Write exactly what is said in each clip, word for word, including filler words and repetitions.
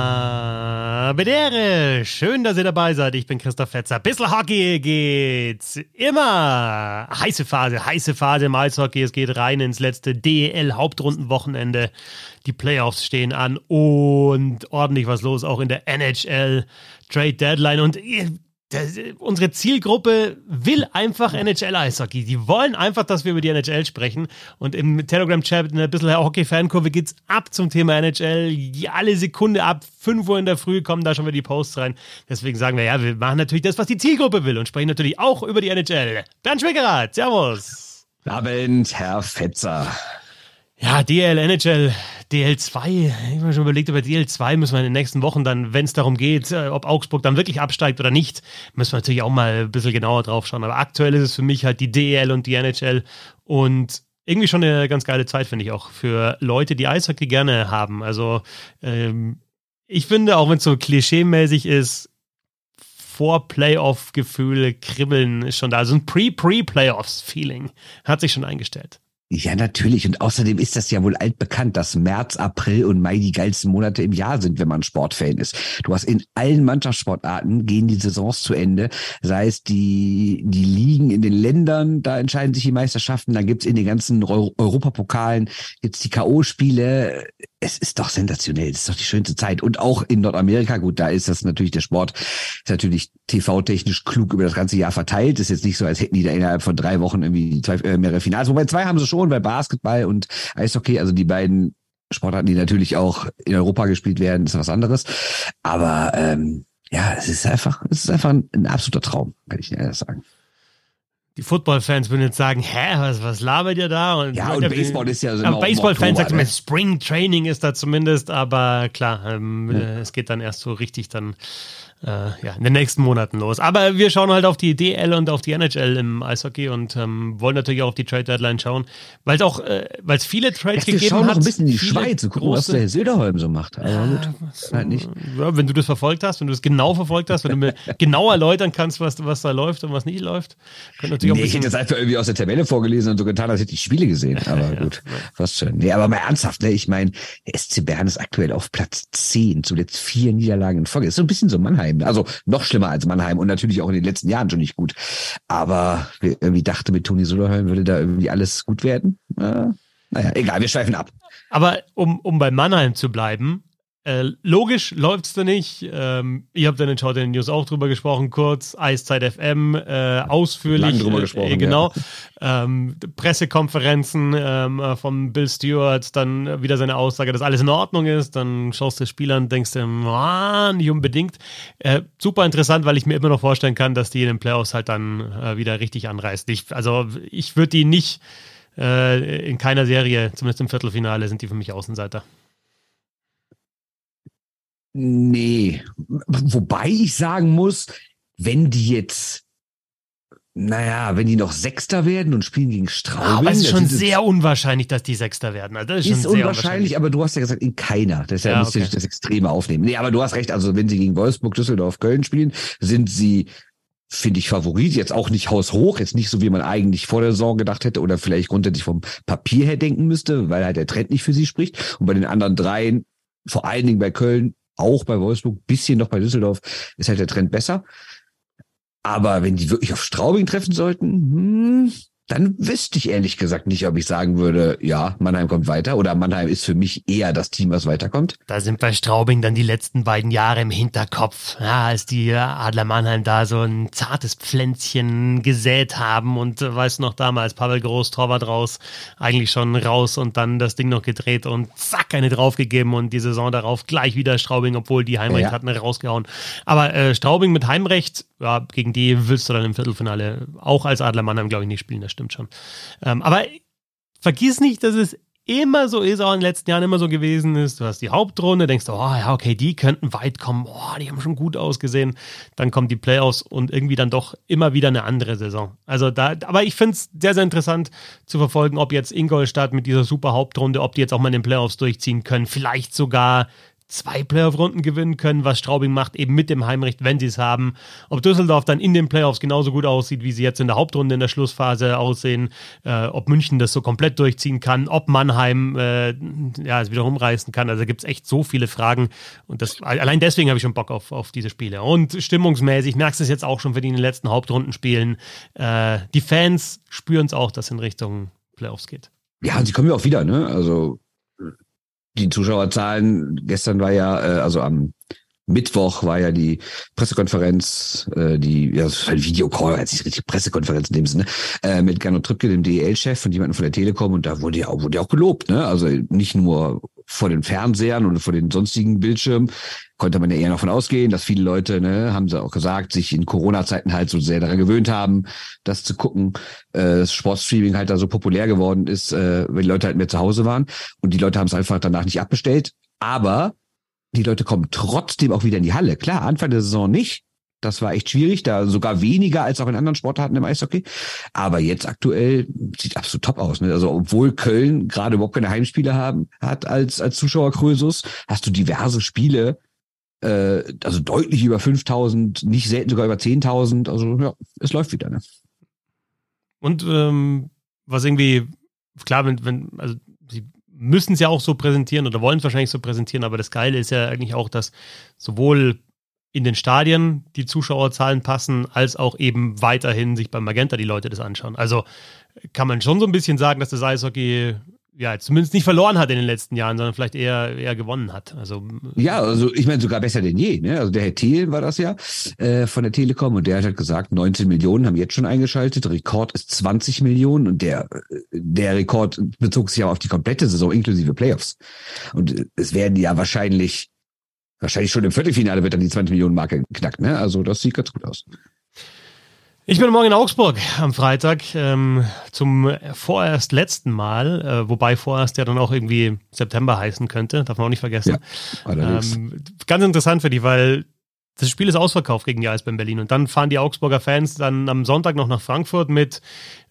Habedere! Schön, dass ihr dabei seid. Ich bin Christoph Fetzer. Bissl Hockey geht's immer. Heiße Phase, heiße Phase im Eishockey. Es geht rein ins letzte D E L-Hauptrundenwochenende. Die Playoffs stehen an und ordentlich was los, auch in der N H L Trade Deadline. Und Das, unsere Zielgruppe will einfach N H L-Eishockey. Die wollen einfach, dass wir über die N H L sprechen. Und im Telegram-Chat, in ein bisschen Hockey-Fankurve, geht's ab zum Thema N H L. Alle Sekunde ab fünf Uhr in der Früh kommen da schon wieder die Posts rein. Deswegen sagen wir, ja, wir machen natürlich das, was die Zielgruppe will und sprechen natürlich auch über die N H L. Bernd Schwickerath, servus. Guten Abend, Herr Fetzer. Ja, D L, N H L, D L zwei. Ich habe mir schon überlegt, über D L zwei müssen wir in den nächsten Wochen dann, wenn es darum geht, ob Augsburg dann wirklich absteigt oder nicht, müssen wir natürlich auch mal ein bisschen genauer drauf schauen. Aber aktuell ist es für mich halt die D E L und die N H L und irgendwie schon eine ganz geile Zeit, finde ich auch, für Leute, die Eishockey gerne haben. Also ähm, ich finde, auch wenn es so klischee-mäßig ist, Vor-Playoff-Gefühl, Kribbeln ist schon da. Also ein Pre-Pre-Playoffs-Feeling hat sich schon eingestellt. Ja, natürlich. Und außerdem ist das ja wohl altbekannt, dass März, April und Mai die geilsten Monate im Jahr sind, wenn man Sportfan ist. Du hast in allen Mannschaftssportarten gehen die Saisons zu Ende. Sei es die, die Ligen in den Ländern, da entscheiden sich die Meisterschaften. Dann gibt's in den ganzen Euro- Europapokalen jetzt die K O-Spiele. Es ist doch sensationell. Es ist doch die schönste Zeit. Und auch in Nordamerika, gut, da ist das natürlich, der Sport ist natürlich T V-technisch klug über das ganze Jahr verteilt. Ist jetzt nicht so, als hätten die da innerhalb von drei Wochen irgendwie zwei, äh, mehrere Finals. Wobei zwei haben sie schon, weil Basketball und Eishockey, also die beiden Sportarten, die natürlich auch in Europa gespielt werden, ist was anderes. Aber ähm, ja, es ist einfach, es ist einfach ein, ein absoluter Traum, kann ich dir sagen. Die Football-Fans würden jetzt sagen, hä, was, was labert ihr da? Und ja, und Baseball ist ja so immer Baseball-Fans sagen zumindest, Spring Training ist da zumindest, aber klar, ähm, ja. es geht dann erst so richtig dann äh, ja, in den nächsten Monaten los. Aber wir schauen halt auf die D L und auf die N H L im Eishockey und ähm, wollen natürlich auch auf die Trade-Deadline schauen, weil es auch, äh, weil es viele Trades ja, gegeben hat. Wir schauen noch ein bisschen in die Schweiz und gucken, was der Herr Söderholm so macht. Aber ja, gut, was, halt nicht. Ja, wenn du das verfolgt hast, wenn du das genau verfolgt hast, wenn du mir genau erläutern kannst, was, was da läuft und was nicht läuft, könnte natürlich auch nee, ich hätte das einfach irgendwie aus der Tabelle vorgelesen und so getan, als hätte ich Spiele gesehen. Aber ja, gut, ja. Fast schon. Nee, aber mal ernsthaft, ne? Ich meine, der S C Bern ist aktuell auf Platz zehn, zuletzt vier Niederlagen in Folge. Das ist so ein bisschen so Mannheim. Also noch schlimmer als Mannheim und natürlich auch in den letzten Jahren schon nicht gut. Aber wir irgendwie dachte, mit Toni Söderholm würde da irgendwie alles gut werden. Äh, naja, egal, wir schweifen ab. Aber um, um bei Mannheim zu bleiben, Äh, logisch läuft's da nicht. Ähm, ihr habt dann in Short in News auch drüber gesprochen, kurz, Eiszeit F M, äh, ausführlich. Lang drüber gesprochen, äh, genau. Ja. Ähm, Pressekonferenzen ähm, von Bill Stewart, dann wieder seine Aussage, dass alles in Ordnung ist. Dann schaust du Spielern und denkst dir, ah, nicht unbedingt. Äh, super interessant, weil ich mir immer noch vorstellen kann, dass die in den Playoffs halt dann äh, wieder richtig anreißen. Ich, also ich würde die nicht äh, in keiner Serie, zumindest im Viertelfinale, sind die für mich Außenseiter. Nee, wobei ich sagen muss, wenn die jetzt, naja, wenn die noch Sechster werden und spielen gegen Straubing. Ja, aber es ist schon sehr unwahrscheinlich, dass die Sechster werden. Also das ist, ist schon sehr unwahrscheinlich, aber du hast ja gesagt, in keiner. Deshalb ja, musst du okay. das Extreme aufnehmen. Nee, aber du hast recht, also wenn sie gegen Wolfsburg, Düsseldorf, Köln spielen, sind sie, finde ich, Favorit. Jetzt auch nicht haushoch, jetzt nicht so, wie man eigentlich vor der Saison gedacht hätte oder vielleicht grundsätzlich vom Papier her denken müsste, weil halt der Trend nicht für sie spricht. Und bei den anderen dreien, vor allen Dingen bei Köln, auch bei Wolfsburg, bisschen noch bei Düsseldorf, ist halt der Trend besser. Aber wenn die wirklich auf Straubing treffen sollten, hm, dann wüsste ich ehrlich gesagt nicht, ob ich sagen würde, ja, Mannheim kommt weiter oder Mannheim ist für mich eher das Team, was weiterkommt. Da sind bei Straubing dann die letzten beiden Jahre im Hinterkopf, ja, als die Adler Mannheim da so ein zartes Pflänzchen gesät haben und äh, weißt du noch damals, Pavel Groß, Torwart raus, eigentlich schon raus und dann das Ding noch gedreht und zack, eine draufgegeben und die Saison darauf gleich wieder Straubing, obwohl die Heimrecht ja, ja. hatten, rausgehauen. Aber äh, Straubing mit Heimrecht, ja, gegen die willst du dann im Viertelfinale auch als Adler Mannheim, glaube ich, nicht spielen, das stimmt schon. Ähm, aber vergiss nicht, dass es immer so ist, auch in den letzten Jahren immer so gewesen ist. Du hast die Hauptrunde, denkst du, oh ja, okay, die könnten weit kommen, oh, die haben schon gut ausgesehen. Dann kommen die Playoffs und irgendwie dann doch immer wieder eine andere Saison. Also da, aber ich finde es sehr, sehr interessant zu verfolgen, ob jetzt Ingolstadt mit dieser super Hauptrunde, ob die jetzt auch mal in den Playoffs durchziehen können, vielleicht sogar zwei Playoff-Runden gewinnen können, was Straubing macht, eben mit dem Heimrecht, wenn sie es haben. Ob Düsseldorf dann in den Playoffs genauso gut aussieht, wie sie jetzt in der Hauptrunde in der Schlussphase aussehen, äh, ob München das so komplett durchziehen kann, ob Mannheim äh, ja, es wieder rumreißen kann. Also gibt es echt so viele Fragen und das, allein deswegen habe ich schon Bock auf, auf diese Spiele. Und stimmungsmäßig, merkst du es jetzt auch schon für die in den letzten Hauptrundenspielen, äh, die Fans spüren es auch, dass es in Richtung Playoffs geht. Ja, und sie kommen ja auch wieder, ne? Also die Zuschauerzahlen, gestern war ja, äh, also am Mittwoch war ja die Pressekonferenz, äh, die, ja, das war ein Videocall, jetzt nicht richtig Pressekonferenz in dem Sinne, äh, mit Gernot Trippke, dem D E L-Chef und jemandem von der Telekom, und da wurde ja auch, wurde ja auch gelobt, ne? Also nicht nur vor den Fernsehern oder vor den sonstigen Bildschirmen, konnte man ja eher noch von ausgehen, dass viele Leute, ne, haben sie auch gesagt, sich in Corona-Zeiten halt so sehr daran gewöhnt haben, das zu gucken, äh, das Sportstreaming halt da so populär geworden ist, äh, weil die Leute halt mehr zu Hause waren und die Leute haben es einfach danach nicht abbestellt, aber die Leute kommen trotzdem auch wieder in die Halle. Klar, Anfang der Saison nicht. Das war echt schwierig, da sogar weniger als auch in anderen Sportarten im Eishockey. Aber jetzt aktuell sieht absolut top aus. Ne? Also obwohl Köln gerade überhaupt keine Heimspiele haben, hat als als Zuschauer Krösus, hast du diverse Spiele, äh, also deutlich über fünftausend, nicht selten sogar über zehntausend. Also ja, es läuft wieder. Ne? Und ähm, was irgendwie, klar, wenn, wenn also sie müssen es ja auch so präsentieren oder wollen es wahrscheinlich so präsentieren, aber das Geile ist ja eigentlich auch, dass sowohl in den Stadien die Zuschauerzahlen passen, als auch eben weiterhin sich beim Magenta die Leute das anschauen. Also kann man schon so ein bisschen sagen, dass das Eishockey ja zumindest nicht verloren hat in den letzten Jahren, sondern vielleicht eher eher gewonnen hat. Also ja, also ich meine sogar besser denn je. Ne? Also der Herr Thiel war das ja äh, von der Telekom und der hat halt gesagt, neunzehn Millionen haben jetzt schon eingeschaltet, Rekord ist zwanzig Millionen und der der Rekord bezog sich aber auf die komplette Saison inklusive Playoffs. Und es werden ja wahrscheinlich wahrscheinlich schon im Viertelfinale wird dann die zwanzig Millionen Marke geknackt. Ne? Also das sieht ganz gut aus. Ich bin morgen in Augsburg am Freitag ähm, zum vorerst letzten Mal, äh, wobei vorerst ja dann auch irgendwie September heißen könnte, darf man auch nicht vergessen. Ja, ähm, ganz interessant für dich, weil das Spiel ist ausverkauft gegen die Eisbären Berlin und dann fahren die Augsburger Fans dann am Sonntag noch nach Frankfurt mit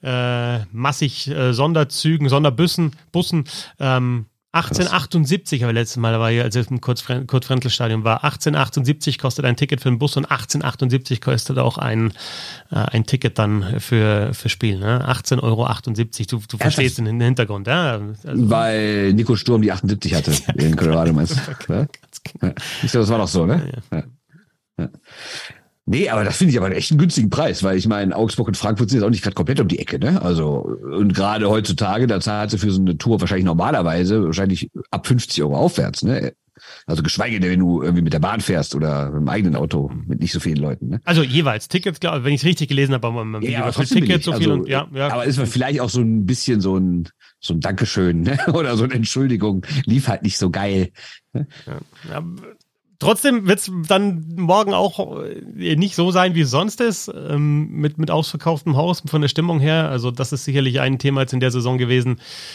äh, massig äh, Sonderzügen, Sonderbussen, Bussen, ähm, achtzehnhundertachtundsiebzig, aber letztes Mal war ich, als ich im Kurt-Frenkel-Stadion war, achtzehnhundertachtundsiebzig kostet ein Ticket für einen Bus und achtzehnhundertachtundsiebzig kostet auch ein, äh, ein Ticket dann für, für Spiel, ne? achtzehn Euro achtundsiebzig, du, du verstehst den Hintergrund, ja? Also, weil Nico Sturm die achtundsiebzig hatte in Colorado, meinst du? Ja? Ja. Ich glaube, das war doch so, ne? Ja, ja. Ja. Nee, aber das finde ich aber einen echt einen günstigen Preis, weil ich meine, Augsburg und Frankfurt sind jetzt auch nicht gerade komplett um die Ecke, ne? Also, und gerade heutzutage, da zahlt sie für so eine Tour wahrscheinlich normalerweise wahrscheinlich ab fünfzig Euro aufwärts, ne? Also geschweige denn, wenn du irgendwie mit der Bahn fährst oder mit dem eigenen Auto mit nicht so vielen Leuten, ne? Also jeweils Tickets, glaube ich, wenn ich es richtig gelesen habe, aber man ja, ja, aber viel Tickets so viel also, und ja, ja. Aber ist man vielleicht auch so ein bisschen so ein so ein Dankeschön, ne? Oder so eine Entschuldigung, lief halt nicht so geil. Ne? Ja. Ja. Trotzdem wird es dann morgen auch nicht so sein, wie es sonst ist, ähm, mit, mit ausverkauftem Haus von der Stimmung her. Also das ist sicherlich ein Thema jetzt in der Saison gewesen,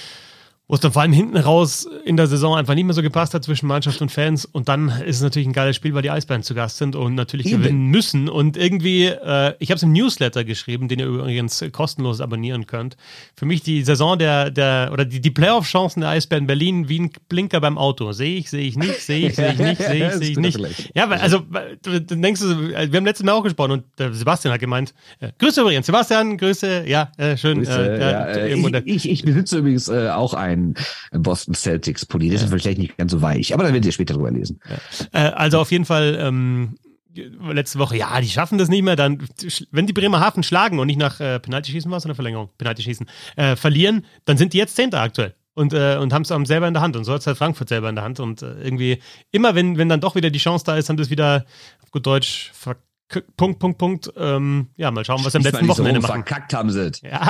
wo es dann vor allem hinten raus in der Saison einfach nicht mehr so gepasst hat zwischen Mannschaft und Fans. Und dann ist es natürlich ein geiles Spiel, weil die Eisbären zu Gast sind und natürlich Eben. gewinnen müssen. Und irgendwie, äh, ich habe es im Newsletter geschrieben, den ihr übrigens kostenlos abonnieren könnt. Für mich die Saison der, der oder die, die Playoff-Chancen der Eisbären Berlin wie ein Blinker beim Auto. Sehe ich, sehe ich nicht, sehe ich, sehe ich nicht, sehe ich, sehe ich nicht. Ja, weil, also, du, du denkst, wir haben letztes Mal auch gesprochen und der Sebastian hat gemeint, äh, Grüße übrigens, Sebastian, Grüße, ja, äh, schön. Grüße, äh, ja, äh, ich, ich, ich besitze übrigens äh, auch ein Boston Celtics Pulli. Das ja. ist vielleicht nicht ganz so weich, aber da werdet ihr später drüber lesen. Ja. Äh, also auf jeden Fall ähm, letzte Woche, ja, die schaffen das nicht mehr. Dann, wenn die Bremerhaven schlagen und nicht nach äh, Penalty-Schießen war es oder Verlängerung, Penalty-Schießen, äh, verlieren, dann sind die jetzt Zehnter aktuell. Und, äh, und haben es selber in der Hand. Und so hat es halt Frankfurt selber in der Hand. Und äh, irgendwie, immer wenn, wenn dann doch wieder die Chance da ist, haben das wieder auf gut Deutsch verkackt. Punkt, Punkt, Punkt. Ähm, ja, mal schauen, was sie am letzten Wochenende so machen. Verkackt haben sie es. Ja.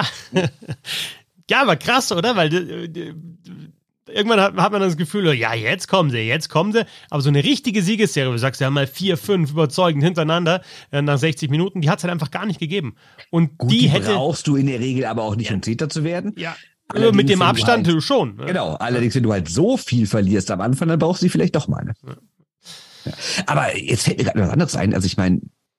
Ja, aber krass, oder? Weil äh, äh, irgendwann hat, hat man das Gefühl, ja, jetzt kommen sie, jetzt kommen sie. Aber so eine richtige Siegesserie, du sagst ja mal vier, fünf überzeugend hintereinander äh, nach sechzig Minuten, die hat es halt einfach gar nicht gegeben. Und Gut, die, die hätte, brauchst du in der Regel aber auch nicht, um Zehnter zu werden. Ja. Allerdings, mit dem Abstand halt, schon. Ne? Genau, allerdings, wenn du halt so viel verlierst am Anfang, dann brauchst du sie vielleicht doch mal. Ne? Ja. Ja. Aber jetzt fällt mir gerade was anderes ein. Also ich meine,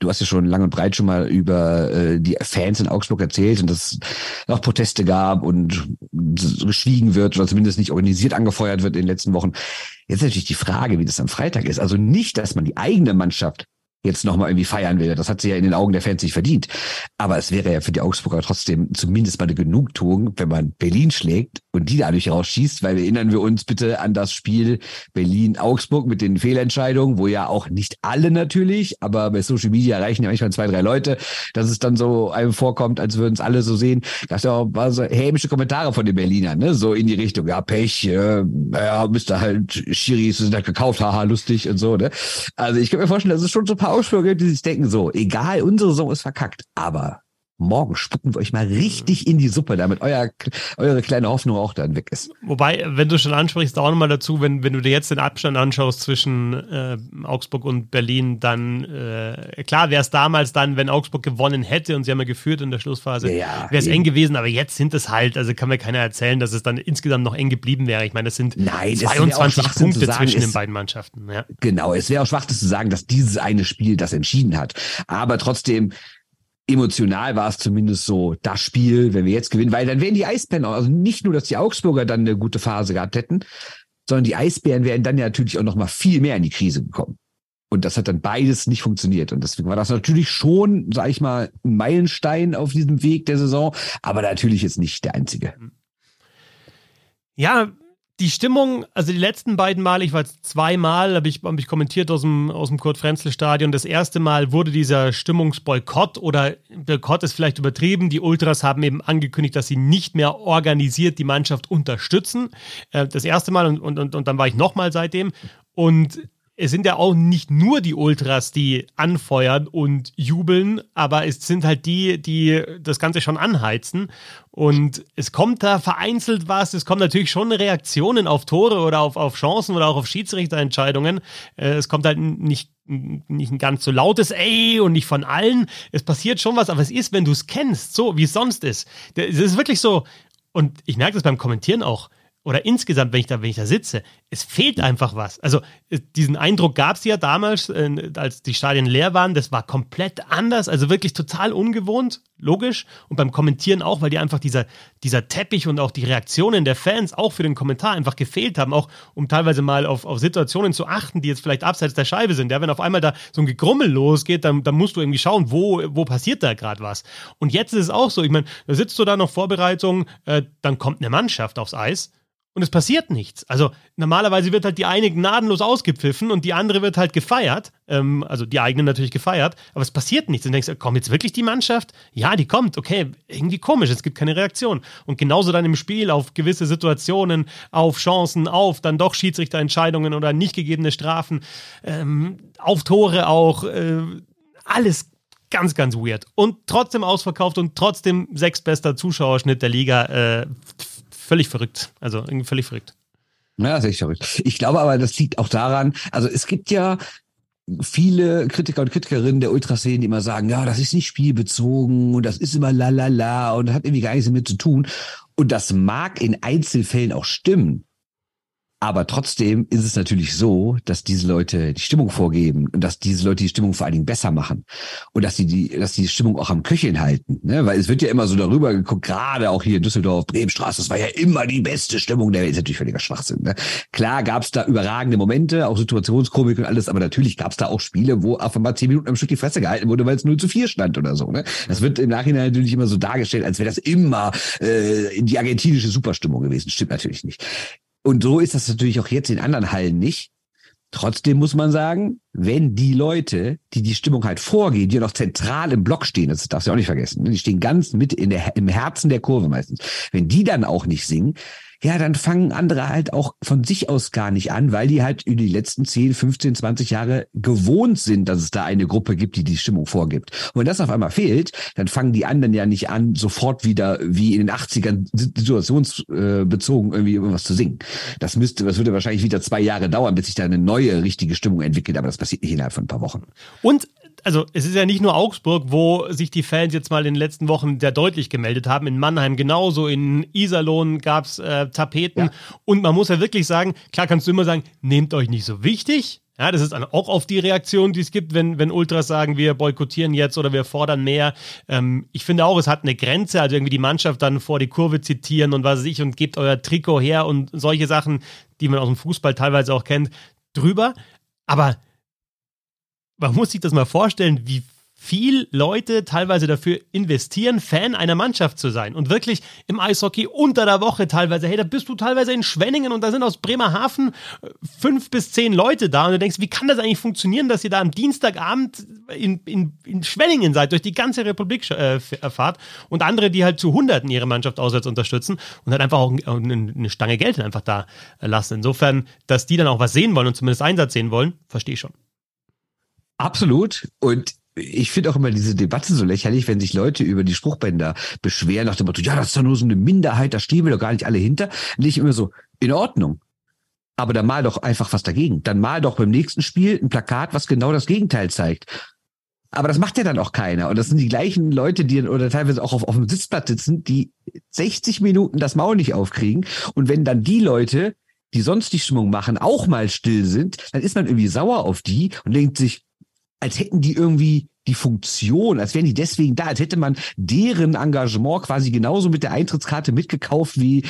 du hast ja schon lang und breit schon mal über äh, die Fans in Augsburg erzählt und dass es auch Proteste gab und geschwiegen wird oder zumindest nicht organisiert angefeuert wird in den letzten Wochen. Jetzt ist natürlich die Frage, wie das am Freitag ist. Also nicht, dass man die eigene Mannschaft jetzt nochmal irgendwie feiern will. Das hat sie ja in den Augen der Fans nicht verdient. Aber es wäre ja für die Augsburger trotzdem zumindest mal eine Genugtuung, wenn man Berlin schlägt und die dadurch rausschießt, weil erinnern wir uns bitte an das Spiel Berlin-Augsburg mit den Fehlentscheidungen, wo ja auch nicht alle natürlich, aber bei Social Media erreichen ja manchmal zwei, drei Leute, dass es dann so einem vorkommt, als würden es alle so sehen. Da gab ja auch war so hämische Kommentare von den Berlinern, ne? So in die Richtung, ja, Pech, äh, ja, müsste halt Schiris sind halt gekauft, haha, lustig und so, ne? Also ich kann mir vorstellen, dass es schon so ein paar Augsburger, die sich denken so, egal, unsere Saison ist verkackt, aber morgen spucken wir euch mal richtig in die Suppe, damit euer, eure kleine Hoffnung auch dann weg ist. Wobei, wenn du schon ansprichst, auch nochmal dazu, wenn, wenn du dir jetzt den Abstand anschaust zwischen äh, Augsburg und Berlin, dann äh, klar wäre es damals dann, wenn Augsburg gewonnen hätte und sie haben ja geführt in der Schlussphase, ja, ja, wäre es eng gewesen, aber jetzt sind es halt, also kann mir keiner erzählen, dass es dann insgesamt noch eng geblieben wäre. Ich meine, das sind Nein, zweiundzwanzig Punkte sagen, zwischen den beiden Mannschaften. Ja. Genau, es wäre auch schwach, das zu sagen, dass dieses eine Spiel das entschieden hat, aber trotzdem emotional war es zumindest so das Spiel, wenn wir jetzt gewinnen, weil dann wären die Eisbären auch, also nicht nur, dass die Augsburger dann eine gute Phase gehabt hätten, sondern die Eisbären wären dann ja natürlich auch noch mal viel mehr in die Krise gekommen. Und das hat dann beides nicht funktioniert. Und deswegen war das natürlich schon, sag ich mal, ein Meilenstein auf diesem Weg der Saison, aber natürlich jetzt nicht der einzige. Ja, die Stimmung, also die letzten beiden Male, ich war jetzt zweimal, habe ich, hab ich kommentiert aus dem, aus dem Kurt-Frenzel-Stadion. Das erste Mal wurde dieser Stimmungsboykott oder Boykott ist vielleicht übertrieben. Die Ultras haben eben angekündigt, dass sie nicht mehr organisiert die Mannschaft unterstützen. Das erste Mal und, und, und dann war ich nochmal seitdem. Und es sind ja auch nicht nur die Ultras, die anfeuern und jubeln, aber es sind halt die, die das Ganze schon anheizen. Und es kommt da vereinzelt was, es kommen natürlich schon Reaktionen auf Tore oder auf, auf Chancen oder auch auf Schiedsrichterentscheidungen. Es kommt halt nicht, nicht ein ganz so lautes Ey und nicht von allen. Es passiert schon was, aber es ist, wenn du es kennst, so wie es sonst ist. Es ist wirklich so, und ich merke das beim Kommentieren auch, oder insgesamt, wenn ich da, wenn ich da sitze, es fehlt einfach was. Also diesen Eindruck gab es ja damals, äh, als die Stadien leer waren, das war komplett anders, also wirklich total ungewohnt, logisch. Und beim Kommentieren auch, weil dir einfach dieser, dieser Teppich und auch die Reaktionen der Fans auch für den Kommentar einfach gefehlt haben, auch um teilweise mal auf, auf Situationen zu achten, die jetzt vielleicht abseits der Scheibe sind. Ja, wenn auf einmal da so ein Gegrummel losgeht, dann, dann musst du irgendwie schauen, wo, wo passiert da gerade was. Und jetzt ist es auch so, ich meine, da sitzt du da noch Vorbereitung, äh, dann kommt eine Mannschaft aufs Eis, und es passiert nichts. Also normalerweise wird halt die eine gnadenlos ausgepfiffen und die andere wird halt gefeiert. Ähm, also die eigene natürlich gefeiert. Aber es passiert nichts. Und du denkst, kommt jetzt wirklich die Mannschaft? Ja, die kommt. Okay, irgendwie komisch. Es gibt keine Reaktion. Und genauso dann im Spiel auf gewisse Situationen, auf Chancen, auf dann doch Schiedsrichterentscheidungen oder nicht gegebene Strafen, ähm, auf Tore auch. Äh, alles ganz, ganz weird. Und trotzdem ausverkauft und trotzdem sechstbester Zuschauerschnitt der Liga. Äh, Völlig verrückt. Also irgendwie völlig verrückt. Ja, das ist echt verrückt. Ich glaube aber, das liegt auch daran, also es gibt ja viele Kritiker und Kritikerinnen der Ultraszene, die immer sagen, ja, das ist nicht spielbezogen und das ist immer la la la und hat irgendwie gar nichts damit zu tun. Und das mag in Einzelfällen auch stimmen. Aber trotzdem ist es natürlich so, dass diese Leute die Stimmung vorgeben und dass diese Leute die Stimmung vor allen Dingen besser machen und dass die, die, dass die Stimmung auch am Köcheln halten, ne? Weil es wird ja immer so darüber geguckt, gerade auch hier in Düsseldorf, Bremenstraße, das war ja immer die beste Stimmung, der Welt. Ist natürlich völliger Schwachsinn, ne? Klar gab es da überragende Momente, auch Situationskomik und alles, aber natürlich gab es da auch Spiele, wo auf einmal zehn Minuten am Stück die Fresse gehalten wurde, weil es null zu vier stand oder so, ne? Das wird im Nachhinein natürlich immer so dargestellt, als wäre das immer äh, die argentinische Superstimmung gewesen. Stimmt natürlich nicht. Und so ist das natürlich auch jetzt in anderen Hallen nicht. Trotzdem muss man sagen, wenn die Leute, die die Stimmung halt vorgehen, die noch zentral im Block stehen, das darfst du auch nicht vergessen, die stehen ganz mit in der, im Herzen der Kurve meistens. Wenn die dann auch nicht singen, ja, dann fangen andere halt auch von sich aus gar nicht an, weil die halt über die letzten zehn, fünfzehn, zwanzig Jahre gewohnt sind, dass es da eine Gruppe gibt, die die Stimmung vorgibt. Und wenn das auf einmal fehlt, dann fangen die anderen ja nicht an, sofort wieder wie in den achtzigern situationsbezogen irgendwie irgendwas zu singen. Das müsste, das würde wahrscheinlich wieder zwei Jahre dauern, bis sich da eine neue, richtige Stimmung entwickelt, aber das passiert nicht innerhalb von ein paar Wochen. Und also es ist ja nicht nur Augsburg, wo sich die Fans jetzt mal in den letzten Wochen sehr deutlich gemeldet haben. In Mannheim genauso, in Iserlohn gab es äh, Tapeten. Ja. Und man muss ja wirklich sagen, klar kannst du immer sagen, nehmt euch nicht so wichtig, Ja, das ist dann auch auf die Reaktion, die es gibt, wenn, wenn Ultras sagen, wir boykottieren jetzt oder wir fordern mehr. Ähm, ich finde auch, es hat eine Grenze, also irgendwie die Mannschaft dann vor die Kurve zitieren und was weiß ich und gebt euer Trikot her und solche Sachen, die man aus dem Fußball teilweise auch kennt, drüber. Aber man muss sich das mal vorstellen, wie viel Leute teilweise dafür investieren, Fan einer Mannschaft zu sein. Und wirklich im Eishockey unter der Woche teilweise. Hey, da bist du teilweise in Schwenningen und da sind aus Bremerhaven fünf bis zehn Leute da. Und du denkst, wie kann das eigentlich funktionieren, dass ihr da am Dienstagabend in, in, in Schwenningen seid, durch die ganze Republik äh, fahrt und andere, die halt zu Hunderten ihre Mannschaft auswärts unterstützen und halt einfach auch eine Stange Geld einfach da lassen. Insofern, dass die dann auch was sehen wollen und zumindest Einsatz sehen wollen, verstehe ich schon. Absolut. Und ich finde auch immer diese Debatte so lächerlich, wenn sich Leute über die Spruchbänder beschweren, nach dem Motto, ja, das ist doch nur so eine Minderheit, da stehen wir doch gar nicht alle hinter. Und ich immer so, in Ordnung. Aber dann mal doch einfach was dagegen. Dann mal doch beim nächsten Spiel ein Plakat, was genau das Gegenteil zeigt. Aber das macht ja dann auch keiner. Und das sind die gleichen Leute, die oder teilweise auch auf, auf dem Sitzplatz sitzen, die sechzig Minuten das Maul nicht aufkriegen. Und wenn dann die Leute, die sonst die Stimmung machen, auch mal still sind, dann ist man irgendwie sauer auf die und denkt sich, als hätten die irgendwie die Funktion, als wären die deswegen da, als hätte man deren Engagement quasi genauso mit der Eintrittskarte mitgekauft wie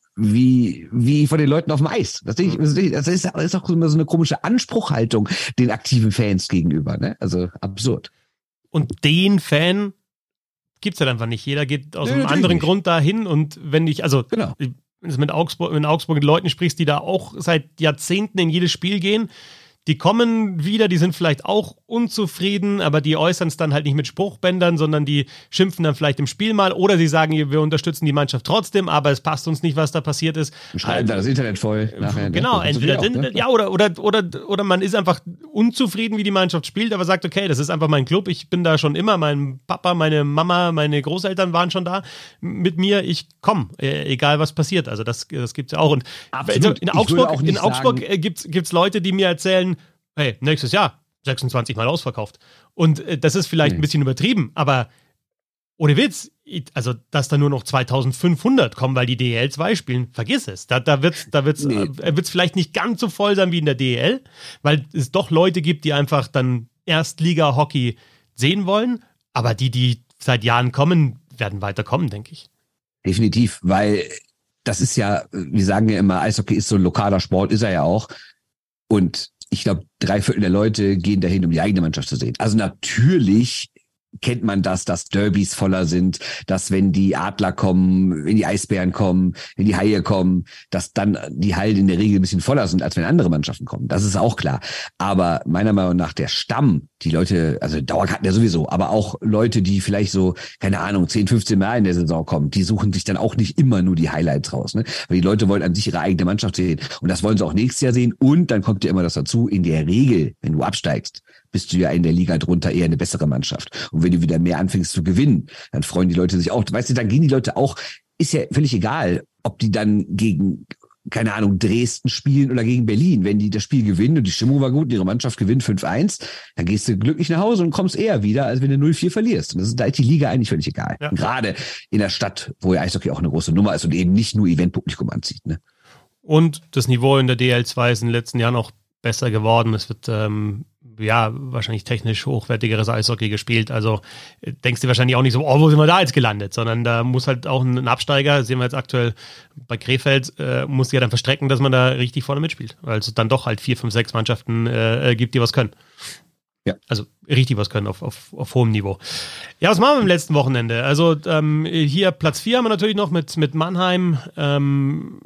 wie wie von den Leuten auf dem Eis. Das ist, das ist, das ist auch immer so eine komische Anspruchhaltung den aktiven Fans gegenüber, ne? Also absurd. Und den Fan gibt's halt einfach nicht. Jeder geht aus nee, einem anderen nicht. Grund dahin und wenn ich, also genau. wenn du mit Augsburg, in Augsburg mit Leuten sprichst, die da auch seit Jahrzehnten in jedes Spiel gehen, die kommen wieder, die sind vielleicht auch unzufrieden, aber die äußern es dann halt nicht mit Spruchbändern, sondern die schimpfen dann vielleicht im Spiel mal oder sie sagen, wir unterstützen die Mannschaft trotzdem, aber es passt uns nicht, was da passiert ist. Und schreiben da das Internet voll. Nachher, genau, ne? entweder auch, sind, ne? ja, oder, oder, oder, oder man ist einfach unzufrieden, wie die Mannschaft spielt, aber sagt, okay, das ist einfach mein Club, ich bin da schon immer, mein Papa, meine Mama, meine Großeltern waren schon da mit mir, ich komme, egal was passiert. Also das, das gibt's ja auch. Und absolut. in Augsburg, in Augsburg gibt's, gibt's Leute, die mir erzählen, hey, nächstes Jahr sechsundzwanzig Mal ausverkauft. Und äh, das ist vielleicht nee. ein bisschen übertrieben, aber ohne Witz, also dass da nur noch zweitausendfünfhundert kommen, weil die D E L zwei spielen, vergiss es. Da, da wird es da wird's, nee. äh, wird's vielleicht nicht ganz so voll sein wie in der D E L, weil es doch Leute gibt, die einfach dann Erstliga-Hockey sehen wollen, aber die, die seit Jahren kommen, werden weiterkommen, denke ich. Definitiv, weil das ist ja, wir sagen ja immer, Eishockey ist so ein lokaler Sport, ist er ja auch. Und ich glaube, drei Viertel der Leute gehen dahin, um die eigene Mannschaft zu sehen. Also natürlich kennt man das, dass Derbys voller sind, dass wenn die Adler kommen, wenn die Eisbären kommen, wenn die Haie kommen, dass dann die Hallen in der Regel ein bisschen voller sind, als wenn andere Mannschaften kommen. Das ist auch klar. Aber meiner Meinung nach der Stamm, die Leute, also Dauerkarten ja sowieso, aber auch Leute, die vielleicht so, keine Ahnung, zehn, fünfzehn Mal in der Saison kommen, die suchen sich dann auch nicht immer nur die Highlights raus, ne? Weil die Leute wollen an sich ihre eigene Mannschaft sehen. Und das wollen sie auch nächstes Jahr sehen. Und dann kommt ja immer das dazu, in der Regel, wenn du absteigst, bist du ja in der Liga drunter eher eine bessere Mannschaft. Und wenn du wieder mehr anfängst zu gewinnen, dann freuen die Leute sich auch. Weißt du, dann gehen die Leute auch, ist ja völlig egal, ob die dann gegen, keine Ahnung, Dresden spielen oder gegen Berlin. Wenn die das Spiel gewinnen und die Stimmung war gut und ihre Mannschaft gewinnt fünf eins, dann gehst du glücklich nach Hause und kommst eher wieder, als wenn du null vier verlierst. Und das ist, da ist die Liga eigentlich völlig egal. Ja. Gerade in der Stadt, wo ja Eishockey auch eine große Nummer ist und eben nicht nur Eventpublikum anzieht, ne? Und das Niveau in der D L zwei ist in den letzten Jahren auch besser geworden. Es wird ähm, ja wahrscheinlich technisch hochwertigeres Eishockey gespielt. Also denkst du wahrscheinlich auch nicht so, oh, wo sind wir da jetzt gelandet? Sondern da muss halt auch ein Absteiger, das sehen wir jetzt aktuell bei Krefeld, äh, muss ja dann verstrecken, dass man da richtig vorne mitspielt. Weil es dann doch halt vier, fünf, sechs Mannschaften äh, gibt, die was können. Ja. Also richtig was können auf, auf, auf hohem Niveau. Ja, was machen wir am letzten Wochenende? Also ähm, hier Platz vier haben wir natürlich noch mit, mit Mannheim. Ähm,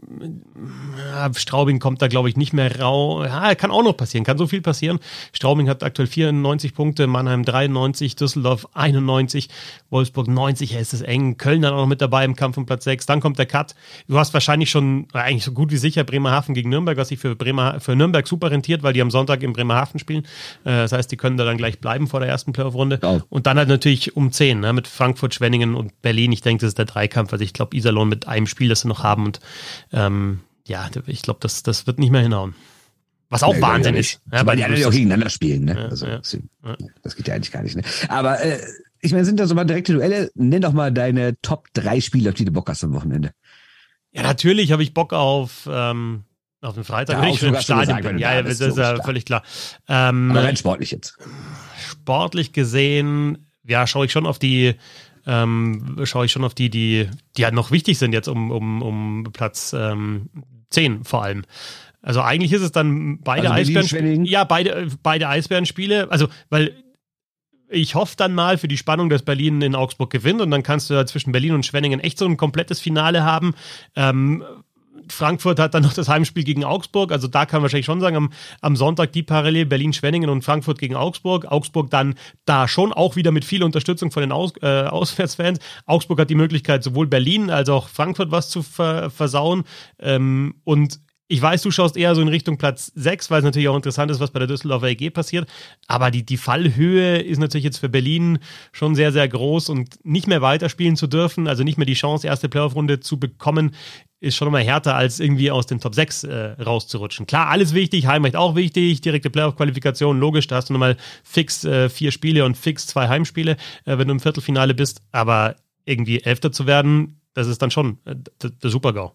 ja, Straubing kommt da, glaube ich, nicht mehr raus. Ja, kann auch noch passieren, kann so viel passieren. Straubing hat aktuell vierundneunzig Punkte, Mannheim dreiundneunzig, Düsseldorf einundneunzig, Wolfsburg neunzig, ja, ist es eng. Köln dann auch noch mit dabei im Kampf um Platz sechs. Dann kommt der Cut. Du hast wahrscheinlich schon, eigentlich so gut wie sicher, Bremerhaven gegen Nürnberg, was sich für, Bremer, für Nürnberg super rentiert, weil die am Sonntag in Bremerhaven spielen. Äh, das heißt, die können da dann gleich bleiben vor der ersten Playoff-Runde. Ja. Und dann halt natürlich um zehn, ne, mit Frankfurt, Schwenningen und Berlin. Ich denke, das ist der Dreikampf. Also ich glaube, Iserlohn mit einem Spiel, das sie noch haben. Und ähm, ja, ich glaube, das, das wird nicht mehr hinhauen. Was auch nee, Wahnsinn ja ist. Ja, weil die alle auch gegeneinander spielen. Ne? Ja, also, ja. Das, das geht ja eigentlich gar nicht. Ne? Aber äh, ich meine, sind da so mal direkte Duelle? Nenn doch mal deine Top drei Spiele, auf die du Bock hast am Wochenende. Ja, natürlich habe ich Bock auf ähm, Auf den Freitag, Ja, wenn ich schon im Augsburg hast du Stadion gesagt, bin. wenn du Ja, da ja, bist, das ist ja logisch, völlig klar. Ähm, Aber rein sportlich jetzt. Sportlich gesehen, ja, schaue ich schon auf die, ähm, schaue ich schon auf die, die, die halt noch wichtig sind jetzt um, um, um Platz ähm, zehn vor allem. Also eigentlich ist es dann beide Also Berlin, Eisbären. Schwenningen. Ja, beide, beide Eisbären-Spiele. Also, weil ich hoffe dann mal für die Spannung, dass Berlin in Augsburg gewinnt und dann kannst du ja zwischen Berlin und Schwenningen echt so ein komplettes Finale haben. Ähm, Frankfurt hat dann noch das Heimspiel gegen Augsburg, also da kann man wahrscheinlich schon sagen, am, am Sonntag die Parallel Berlin-Schwenningen und Frankfurt gegen Augsburg. Augsburg dann da schon auch wieder mit viel Unterstützung von den Aus, äh, Auswärtsfans. Augsburg hat die Möglichkeit, sowohl Berlin als auch Frankfurt was zu ver versauen. Ähm, und ich weiß, du schaust eher so in Richtung Platz sechs, weil es natürlich auch interessant ist, was bei der Düsseldorfer E G passiert. Aber die, die Fallhöhe ist natürlich jetzt für Berlin schon sehr, sehr groß und nicht mehr weiterspielen zu dürfen, also nicht mehr die Chance, erste Playoff-Runde zu bekommen, ist schon mal härter, als irgendwie aus den Top sechs äh, rauszurutschen. Klar, alles wichtig, Heimrecht auch wichtig, direkte Playoff-Qualifikation, logisch, da hast du nochmal fix äh, vier Spiele und fix zwei Heimspiele, äh, wenn du im Viertelfinale bist. Aber irgendwie Elfter zu werden, das ist dann schon äh, der, der Super-GAU.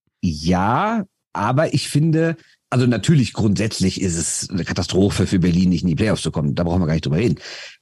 Ja, aber ich finde, also natürlich grundsätzlich ist es eine Katastrophe für Berlin, nicht in die Playoffs zu kommen. Da brauchen wir gar nicht drüber reden.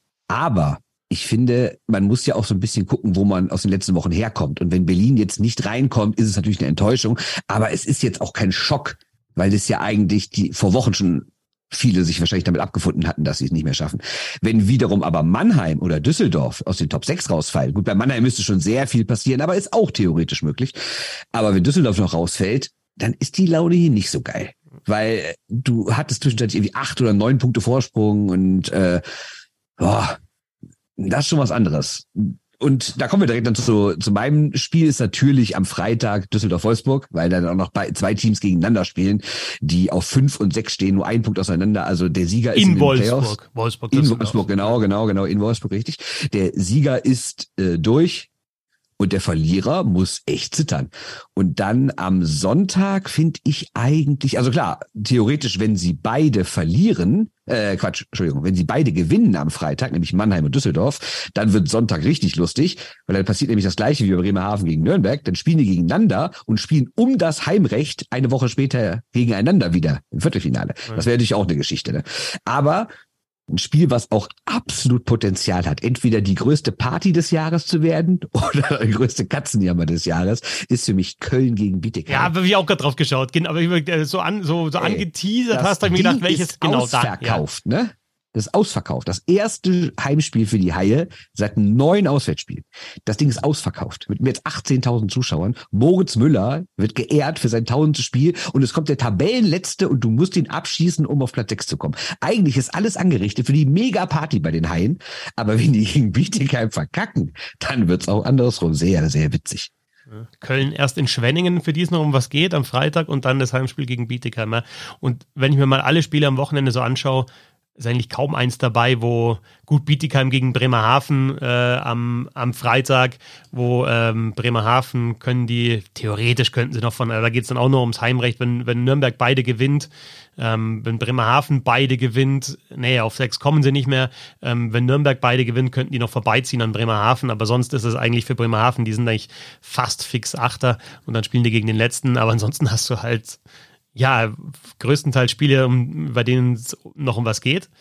Aber ich finde, man muss ja auch so ein bisschen gucken, wo man aus den letzten Wochen herkommt. Und wenn Berlin jetzt nicht reinkommt, ist es natürlich eine Enttäuschung. Aber es ist jetzt auch kein Schock, weil das ja eigentlich die vor Wochen schon viele sich wahrscheinlich damit abgefunden hatten, dass sie es nicht mehr schaffen. Wenn wiederum aber Mannheim oder Düsseldorf aus den Top sechs rausfallen, gut, bei Mannheim müsste schon sehr viel passieren, aber ist auch theoretisch möglich. Aber wenn Düsseldorf noch rausfällt, dann ist die Laune hier nicht so geil. Weil du hattest zwischenzeitlich irgendwie acht oder neun Punkte Vorsprung und äh, boah, das ist schon was anderes. Und da kommen wir direkt dann zu, zu meinem Spiel, ist natürlich am Freitag Düsseldorf-Wolfsburg, weil dann auch noch bei zwei Teams gegeneinander spielen, die auf fünf und sechs stehen, nur ein Punkt auseinander. Also der Sieger ist in, in Wolfsburg. den Playoffs. Wolfsburg. In Wolfsburg, genau, genau, genau, in Wolfsburg, richtig. Der Sieger ist äh, durch. Und der Verlierer muss echt zittern. Und dann am Sonntag finde ich eigentlich, also klar, theoretisch, wenn sie beide verlieren, äh, Quatsch, Entschuldigung, wenn sie beide gewinnen am Freitag, nämlich Mannheim und Düsseldorf, dann wird Sonntag richtig lustig, weil dann passiert nämlich das Gleiche wie bei Bremerhaven gegen Nürnberg, dann spielen die gegeneinander und spielen um das Heimrecht eine Woche später gegeneinander wieder im Viertelfinale. Das wäre natürlich auch eine Geschichte, ne? Aber ein Spiel, was auch absolut Potenzial hat, entweder die größte Party des Jahres zu werden oder der größte Katzenjammer des Jahres, ist für mich Köln gegen Bietigheim. Ja, habe ich auch gerade drauf geschaut. Aber so, an, so, so Ey, angeteasert hast, habe ich mir gedacht, welches ist genau da. Ausverkauft, ja. Ne? Das ist ausverkauft. Das erste Heimspiel für die Haie seit neun Auswärtsspielen. Das Ding ist ausverkauft. Mit mehr als achtzehntausend Zuschauern. Moritz Müller wird geehrt für sein tausendste Spiel und es kommt der Tabellenletzte und du musst ihn abschießen, um auf Platz sechs zu kommen. Eigentlich ist alles angerichtet für die Mega-Party bei den Haien. Aber wenn die gegen Bietigheim verkacken, dann wird's auch andersrum sehr, sehr witzig. Köln erst in Schwenningen, für die es noch um was geht, am Freitag und dann das Heimspiel gegen Bietigheim. Und wenn ich mir mal alle Spiele am Wochenende so anschaue, ist eigentlich kaum eins dabei, wo gut Bietigheim gegen Bremerhaven äh, am, am Freitag, wo ähm, Bremerhaven können die, theoretisch könnten sie noch von, da geht es dann auch nur ums Heimrecht, wenn, wenn Nürnberg beide gewinnt, ähm, wenn Bremerhaven beide gewinnt, nee, auf sechs kommen sie nicht mehr, ähm, wenn Nürnberg beide gewinnt, könnten die noch vorbeiziehen an Bremerhaven, aber sonst ist es eigentlich für Bremerhaven, die sind eigentlich fast fix Achter und dann spielen die gegen den Letzten, aber ansonsten hast du halt ja, größtenteils Spiele, um, bei denen es noch um was geht.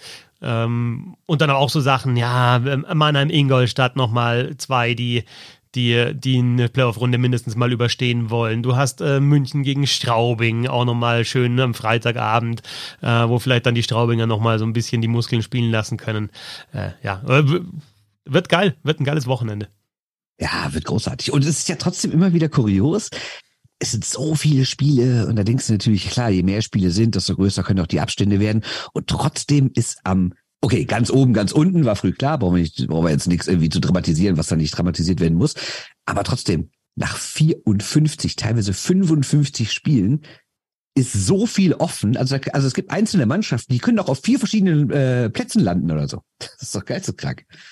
Ähm, und dann aber auch so Sachen, ja, Mannheim-Ingolstadt nochmal zwei, die, die, die eine Playoff-Runde mindestens mal überstehen wollen. Du hast äh, München gegen Straubing auch nochmal schön am Freitagabend, äh, wo vielleicht dann die Straubinger nochmal so ein bisschen die Muskeln spielen lassen können. Äh, ja, wird geil, wird ein geiles Wochenende. Ja, wird großartig. Und es ist ja trotzdem immer wieder kurios. Es sind so viele Spiele und da denkst du natürlich, klar, je mehr Spiele sind, desto größer können auch die Abstände werden. Und trotzdem ist am, okay, ganz oben, ganz unten, war früh klar, brauchen wir, nicht, brauchen wir jetzt nichts irgendwie zu dramatisieren, was da nicht dramatisiert werden muss. Aber trotzdem, nach vierundfünfzig, teilweise fünfundfünfzig Spielen ist so viel offen. Also, also es gibt einzelne Mannschaften, die können auch auf vier verschiedenen äh, Plätzen landen oder so. Das ist doch geil, so krank.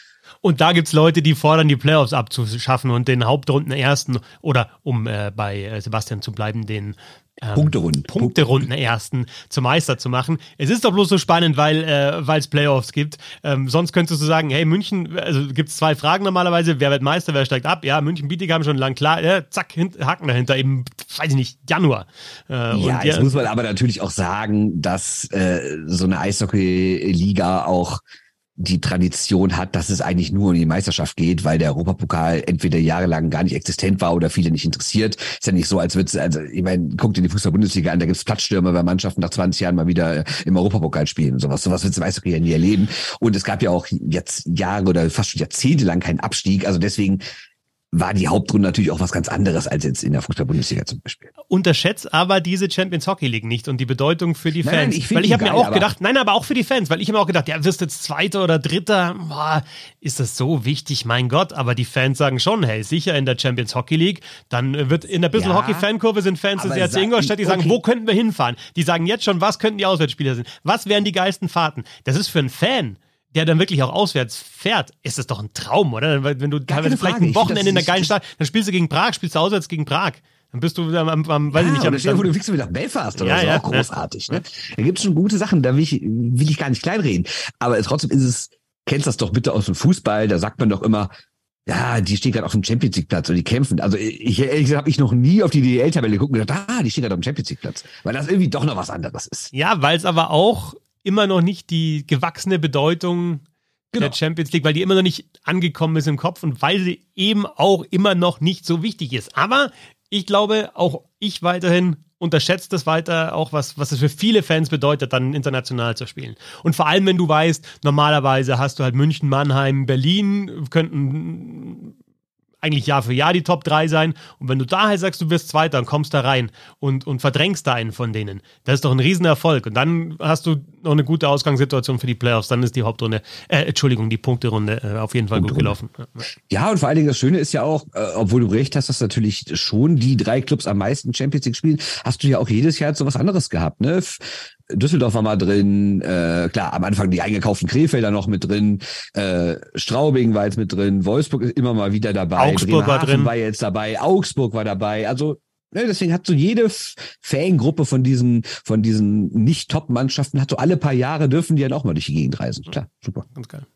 Und da gibt's Leute, die fordern, die Playoffs abzuschaffen und den Hauptrunden-Ersten oder, um äh, bei äh, Sebastian zu bleiben, den ähm, Punkterunden. Punkterunden-Ersten zum Meister zu machen. Es ist doch bloß so spannend, weil äh, weil es Playoffs gibt. Ähm, sonst könntest du sagen, hey, München, also gibt's zwei Fragen normalerweise, wer wird Meister, wer steigt ab? Ja, München, Bietigheim schon lang klar, ja, zack, hint, Haken dahinter, eben, weiß ich nicht, Januar. Äh, ja, und jetzt ja, muss man aber natürlich auch sagen, dass äh, so eine Eishockey-Liga auch die Tradition hat, dass es eigentlich nur um die Meisterschaft geht, weil der Europapokal entweder jahrelang gar nicht existent war oder viele nicht interessiert. Ist ja nicht so, als würde es, also ich meine, guckt in die Fußball-Bundesliga an, da gibt's Platzstürmer, weil Mannschaften nach zwanzig Jahren mal wieder im Europapokal spielen und sowas. Sowas wird es im Eishockey ja nie erleben. Und es gab ja auch jetzt Jahre oder fast schon Jahrzehnte lang keinen Abstieg. Also deswegen war die Hauptrunde natürlich auch was ganz anderes als jetzt in der Fußball-Bundesliga zum Beispiel. Unterschätzt aber diese Champions Hockey League nicht und die Bedeutung für die Fans. Nein, nein, ich weil ich habe mir auch aber gedacht, nein, aber auch für die Fans, weil ich habe mir auch gedacht, ja, wirst jetzt Zweiter oder Dritter, boah, ist das so wichtig, mein Gott, aber die Fans sagen schon, hey, sicher in der Champions Hockey League, dann wird in der Bisschen Ja, Hockey-Fankurve sind Fans des aber E R C sag- Ingolstadt, die sagen, okay. wo könnten wir hinfahren? Die sagen jetzt schon, was könnten die Auswärtsspieler sein? Was wären die geilsten Fahrten? Das ist für einen Fan, der dann wirklich auch auswärts fährt, ist das doch ein Traum, oder? Weil wenn du Gar teilweise keine vielleicht Frage. ein Ich find, Wochenende das in der ist- geilen Stadt, dann spielst du gegen Prag, spielst du auswärts gegen Prag. Dann bist du am, am, am weiß ich nicht, Ja, am oder stell dir vor, du fliegst wieder nach Belfast oder Ja, so, ja, auch großartig. Ne? Da gibt's schon gute Sachen, da will ich, will ich gar nicht kleinreden. Aber trotzdem ist es, kennst das doch bitte aus dem Fußball, da sagt man doch immer, ja, die steht gerade auf dem Champions League Platz und die kämpfen. Also ich ehrlich gesagt habe ich noch nie auf die D L L-Tabelle geguckt und gedacht, ah, die steht gerade auf dem Champions League Platz, weil das irgendwie doch noch was anderes ist. Ja, weil es aber auch immer noch nicht die gewachsene Bedeutung Genau. der Champions League, weil die immer noch nicht angekommen ist im Kopf und weil sie eben auch immer noch nicht so wichtig ist. Aber ich glaube, auch ich weiterhin unterschätzt das weiter, auch was, was es für viele Fans bedeutet, dann international zu spielen. Und vor allem, wenn du weißt, normalerweise hast du halt München, Mannheim, Berlin, könnten eigentlich Jahr für Jahr die Top drei sein. Und wenn du da halt sagst, du wirst Zweiter und kommst da rein und, und verdrängst da einen von denen, das ist doch ein Riesenerfolg. Und dann hast du noch eine gute Ausgangssituation für die Playoffs. Dann ist die Hauptrunde, äh, Entschuldigung, die Punkterunde äh, auf jeden Fall gut gelaufen. Ja, und vor allen Dingen das Schöne ist ja auch, äh, obwohl du recht hast, dass natürlich schon die drei Clubs am meisten Champions League spielen, hast du ja auch jedes Jahr so was anderes gehabt, ne? Düsseldorf war mal drin, äh, klar, am Anfang die eingekauften Krefelder noch mit drin, äh, Straubing war jetzt mit drin, Wolfsburg ist immer mal wieder dabei, Augsburg war Bremerhaven drin. war jetzt dabei, Augsburg war dabei, also ne, deswegen hat so jede F- Fangruppe von diesen von diesen Nicht-Top-Mannschaften, hat so alle paar Jahre dürfen die dann auch mal durch die Gegend reisen. Klar, super. Ganz geil.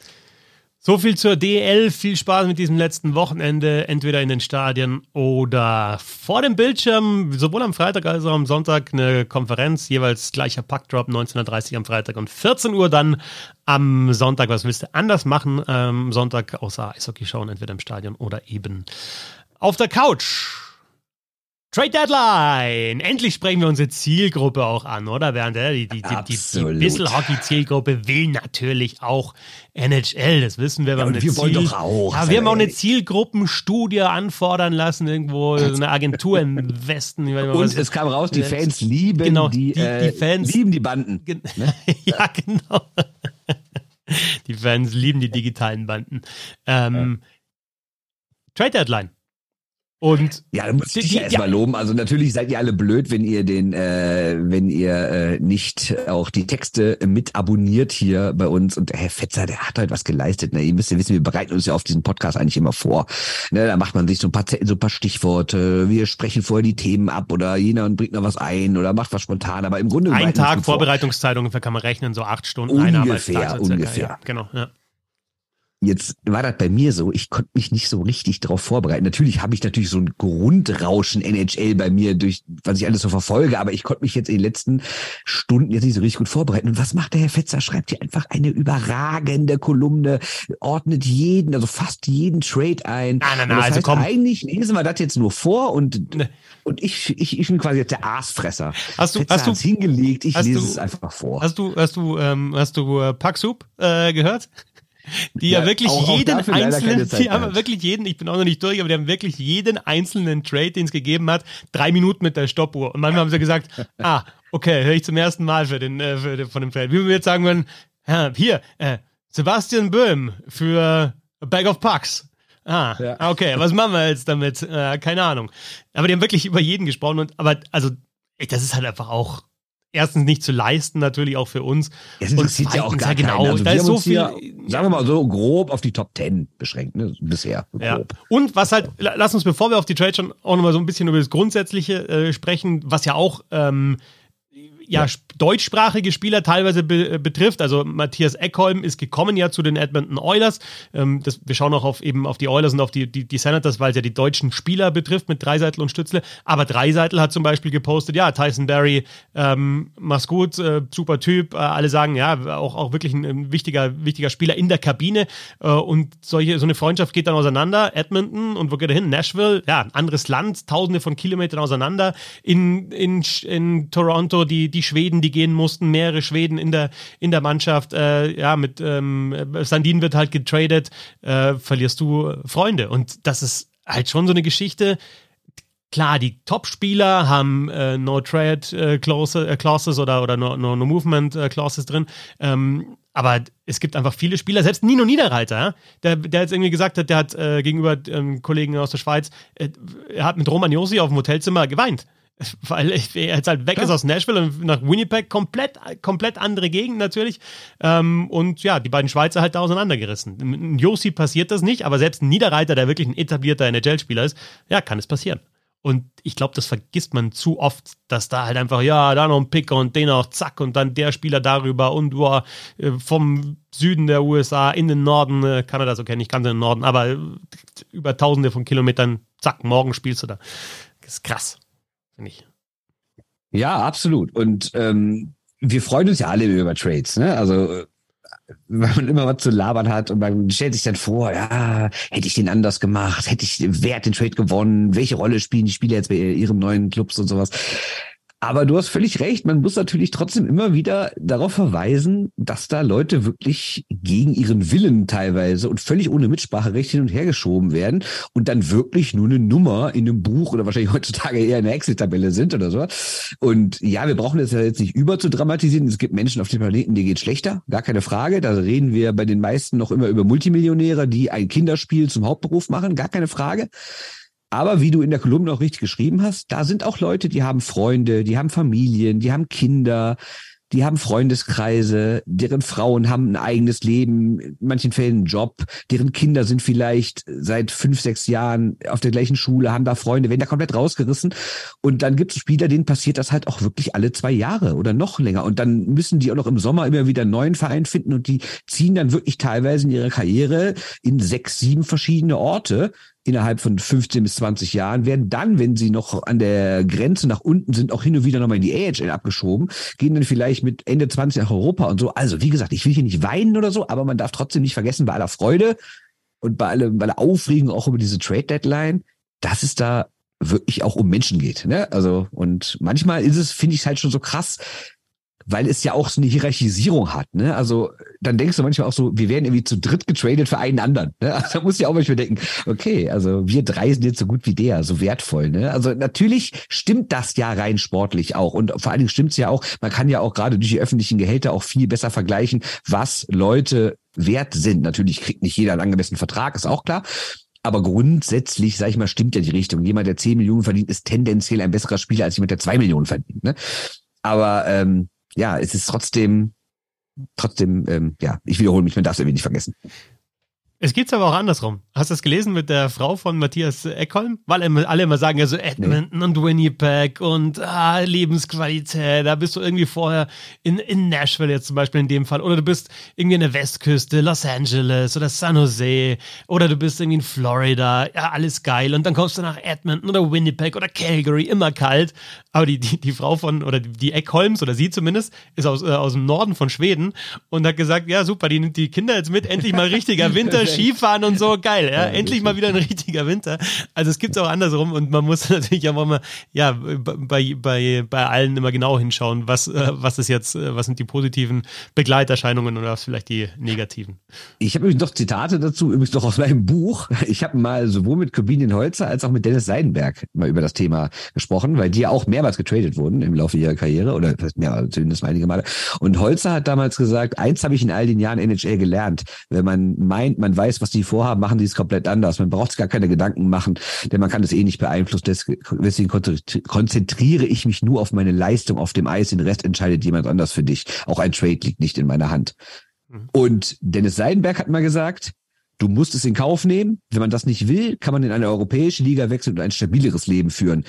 So viel zur D E L. Viel Spaß mit diesem letzten Wochenende, entweder in den Stadien oder vor dem Bildschirm. Sowohl am Freitag als auch am Sonntag eine Konferenz, jeweils gleicher Puckdrop, neunzehn Uhr dreißig am Freitag und vierzehn Uhr dann am Sonntag. Was willst du anders machen am Sonntag, außer Eishockey schauen, entweder im Stadion oder eben auf der Couch? Trade Deadline! Endlich sprechen wir unsere Zielgruppe auch an, oder? Während der, die, die, die, die, die Absolut. Bissl-Hockey-Zielgruppe will natürlich auch N H L, das wissen wir. Ja, haben und eine wir wollen Ziel- doch auch, Ja, sei wir haben auch eine ehrlich. Zielgruppenstudie anfordern lassen, irgendwo so eine Agentur im Westen. Ich weiß nicht mehr, Und was- es kam raus, die äh, Fans lieben genau, die, die- äh, die Fans- lieben die Banden. Gen- ja, genau. Die Fans lieben die digitalen Banden. Ähm, Trade Deadline. Und Ja, da muss ich Die- dich die- ja erstmal loben. Also natürlich seid ihr alle blöd, wenn ihr den, äh, wenn ihr äh, nicht auch die Texte mit abonniert hier bei uns. Und der Herr Fetzer, der hat halt was geleistet. Ne? Ihr müsst ja wissen, wir bereiten uns ja auf diesen Podcast eigentlich immer vor. Ne? Da macht man sich so ein paar Zettel, so ein paar Stichworte. Wir sprechen vorher die Themen ab oder jener bringt noch was ein oder macht was spontan. Aber im Grunde ein bereiten wir uns Tag gut vor. Vorbereitungszeit ungefähr kann man rechnen, so acht Stunden, Ungefähr, ein Arbeitstag. So circa. ungefähr. Ja, genau, ja. Jetzt war das bei mir so, ich konnte mich nicht so richtig darauf vorbereiten. Natürlich habe ich natürlich so ein Grundrauschen N H L bei mir, durch was ich alles so verfolge, aber ich konnte mich jetzt in den letzten Stunden jetzt nicht so richtig gut vorbereiten. Und was macht der Herr Fetzer? Schreibt hier einfach eine überragende Kolumne, ordnet jeden, also fast jeden Trade ein. Nein, nein, Und nein, das also heißt, komm. eigentlich lesen wir das jetzt nur vor und, Ne. und ich, ich, ich bin quasi jetzt der Aasfresser. Hast du- Fetzer hast du- hat's hingelegt, ich hast lese du- es einfach vor. Hast du, hast du, ähm, hast du äh, Puck Soup äh, gehört? Die ja, Ja, wirklich auch- auch jeden dafür leider keine einzelnen, Zeit die haben gehabt. wirklich jeden, ich bin auch noch nicht durch, aber die haben wirklich jeden einzelnen Trade, den es gegeben hat, drei Minuten mit der Stoppuhr. Und manchmal haben sie gesagt, ah, okay, höre ich zum ersten Mal für den, äh, für den von dem Trade. Wie wir jetzt sagen würden, ja, hier, äh, Sebastian Böhm für a Bag of Pucks. Ah, Ja. okay, was machen wir jetzt damit? Äh, keine Ahnung. Aber die haben wirklich über jeden gesprochen und, aber, also, ey, das ist halt einfach auch, erstens nicht zu leisten, natürlich auch für uns. Es interessiert und ja auch gar genau, keinen. Also da wir ist haben so uns viel, hier, sagen wir mal so grob auf die Top Ten beschränkt, ne? Bisher. Grob. Ja. Und was halt, lass uns, bevor wir auf die Trade schon auch nochmal so ein bisschen über das Grundsätzliche äh, sprechen, was ja auch ähm, ja, ja. deutschsprachige Spieler teilweise be- betrifft. Also Mattias Ekholm ist gekommen ja zu den Edmonton Oilers. Ähm, das, wir schauen auch auf eben auf die Oilers und auf die, die, die Senators, weil es ja die deutschen Spieler betrifft mit Draisaitl und Stützle. Aber Draisaitl hat zum Beispiel gepostet, ja, Tyson Barrie, ähm, mach's gut, äh, super Typ. Äh, alle sagen, ja, auch, auch wirklich ein, ein wichtiger, wichtiger Spieler in der Kabine. Äh, und solche, so eine Freundschaft geht dann auseinander. Edmonton, und wo geht er hin? Nashville, ja, ein anderes Land, tausende von Kilometern auseinander. In, in, in Toronto, die die Schweden, die gehen mussten, mehrere Schweden in der, in der Mannschaft, äh, ja, mit ähm, Sandin wird halt getradet, äh, verlierst du Freunde. Und das ist halt schon so eine Geschichte. Klar, die Top-Spieler haben äh, No-Trade-Clauses äh, Clauses oder, oder No-Movement-Clauses drin, ähm, aber es gibt einfach viele Spieler, selbst Nino Niederreiter, der, der jetzt irgendwie gesagt hat, der hat äh, gegenüber ähm, Kollegen aus der Schweiz, äh, er hat mit Roman Josi auf dem Hotelzimmer geweint. Weil er jetzt halt weg ja. ist aus Nashville und nach Winnipeg, komplett, komplett andere Gegend natürlich. Ähm, und ja, die beiden Schweizer halt da auseinandergerissen. Mit Josi passiert das nicht, aber selbst ein Niederreiter, der wirklich ein etablierter N H L-Spieler ist, ja, kann es passieren. Und ich glaube, das vergisst man zu oft, dass da halt einfach, ja, da noch ein Picker und den noch, zack, und dann der Spieler darüber und wow, vom Süden der U S A in den Norden, äh, Kanada, so kenne ich ganz in den Norden, aber äh, über tausende von Kilometern, zack, morgen spielst du da. Das ist krass. Nicht. Ja, absolut. Und ähm, wir freuen uns ja alle über Trades, ne? Also weil man immer was zu labern hat und man stellt sich dann vor, ja, hätte ich den anders gemacht, hätte ich, wer hat den Trade gewonnen, welche Rolle spielen die Spieler jetzt bei ihrem neuen Clubs und sowas. Aber du hast völlig recht, man muss natürlich trotzdem immer wieder darauf verweisen, dass da Leute wirklich gegen ihren Willen teilweise und völlig ohne Mitspracherecht hin und her geschoben werden und dann wirklich nur eine Nummer in einem Buch oder wahrscheinlich heutzutage eher in einer Excel-Tabelle sind oder so. Und ja, wir brauchen das ja jetzt nicht über zu dramatisieren. Es gibt Menschen auf dem Planeten, denen geht schlechter, gar keine Frage. Da reden wir bei den meisten noch immer über Multimillionäre, die ein Kinderspiel zum Hauptberuf machen, gar keine Frage. Aber wie du in der Kolumne auch richtig geschrieben hast, da sind auch Leute, die haben Freunde, die haben Familien, die haben Kinder, die haben Freundeskreise, deren Frauen haben ein eigenes Leben, in manchen Fällen einen Job, deren Kinder sind vielleicht seit fünf, sechs Jahren auf der gleichen Schule, haben da Freunde, werden da komplett rausgerissen. Und dann gibt es Spieler, denen passiert das halt auch wirklich alle zwei Jahre oder noch länger. Und dann müssen die auch noch im Sommer immer wieder einen neuen Verein finden und die ziehen dann wirklich teilweise in ihrer Karriere in sechs, sieben verschiedene Orte innerhalb von fünfzehn bis zwanzig Jahren, werden dann, wenn sie noch an der Grenze nach unten sind, auch hin und wieder nochmal in die A H L abgeschoben, gehen dann vielleicht mit Ende zwanzig nach Europa und so. Also wie gesagt, ich will hier nicht weinen oder so, aber man darf trotzdem nicht vergessen, bei aller Freude und bei aller, bei aller Aufregung auch über diese Trade-Deadline, dass es da wirklich auch um Menschen geht. Ne? Also und manchmal ist es, finde ich es halt schon so krass, weil es ja auch so eine Hierarchisierung hat, ne? Also dann denkst du manchmal auch so, wir werden irgendwie zu dritt getradet für einen anderen, ne? Also da musst du ja auch manchmal denken, okay, also wir drei sind jetzt so gut wie der, so wertvoll, ne? Also natürlich stimmt das ja rein sportlich auch und vor allen Dingen stimmt's ja auch, man kann ja auch gerade durch die öffentlichen Gehälter auch viel besser vergleichen, was Leute wert sind. Natürlich kriegt nicht jeder einen angemessenen Vertrag, ist auch klar. Aber grundsätzlich, sag ich mal, stimmt ja die Richtung. Jemand, der zehn Millionen verdient, ist tendenziell ein besserer Spieler als jemand, der zwei Millionen verdient, ne? Aber ähm, ja, es ist trotzdem, trotzdem, ähm, ja, ich wiederhole mich, man darf es irgendwie nicht vergessen. Es geht's aber auch andersrum. Hast du das gelesen mit der Frau von Mattias Ekholm? Weil immer, alle immer sagen, ja so Edmonton nee. und Winnipeg und ah, Lebensqualität, da bist du irgendwie vorher in, in Nashville jetzt zum Beispiel in dem Fall, oder du bist irgendwie an der Westküste, Los Angeles oder San Jose, oder du bist irgendwie in Florida, ja, alles geil, und dann kommst du nach Edmonton oder Winnipeg oder Calgary, immer kalt, aber die, die, die Frau von, oder die, die Ekholms, oder sie zumindest, ist aus, äh, aus dem Norden von Schweden und hat gesagt, ja super, die nimmt die Kinder jetzt mit, endlich mal richtiger Winter, Skifahren und so, geil, ja, ja endlich mal wieder ein richtiger Winter. Also es gibt es auch andersrum und man muss natürlich auch mal, ja, bei, bei, bei allen immer genau hinschauen, was, was ist jetzt, was sind die positiven Begleiterscheinungen oder was vielleicht die negativen. Ich habe übrigens noch Zitate dazu, übrigens noch aus meinem Buch. Ich habe mal sowohl mit Corbinian Holzer als auch mit Dennis Seidenberg mal über das Thema gesprochen, weil die ja auch mehrmals getradet wurden im Laufe ihrer Karriere oder mehr, zumindest einige Male. Und Holzer hat damals gesagt, eins habe ich in all den Jahren N H L gelernt, wenn man meint, man man weiß, was die vorhaben, machen die es komplett anders. Man braucht sich gar keine Gedanken machen, denn man kann es eh nicht beeinflussen. Deswegen konzentriere ich mich nur auf meine Leistung auf dem Eis. Den Rest entscheidet jemand anders für dich. Auch ein Trade liegt nicht in meiner Hand. Mhm. Und Dennis Seidenberg hat mal gesagt, du musst es in Kauf nehmen. Wenn man das nicht will, kann man in eine europäische Liga wechseln und ein stabileres Leben führen.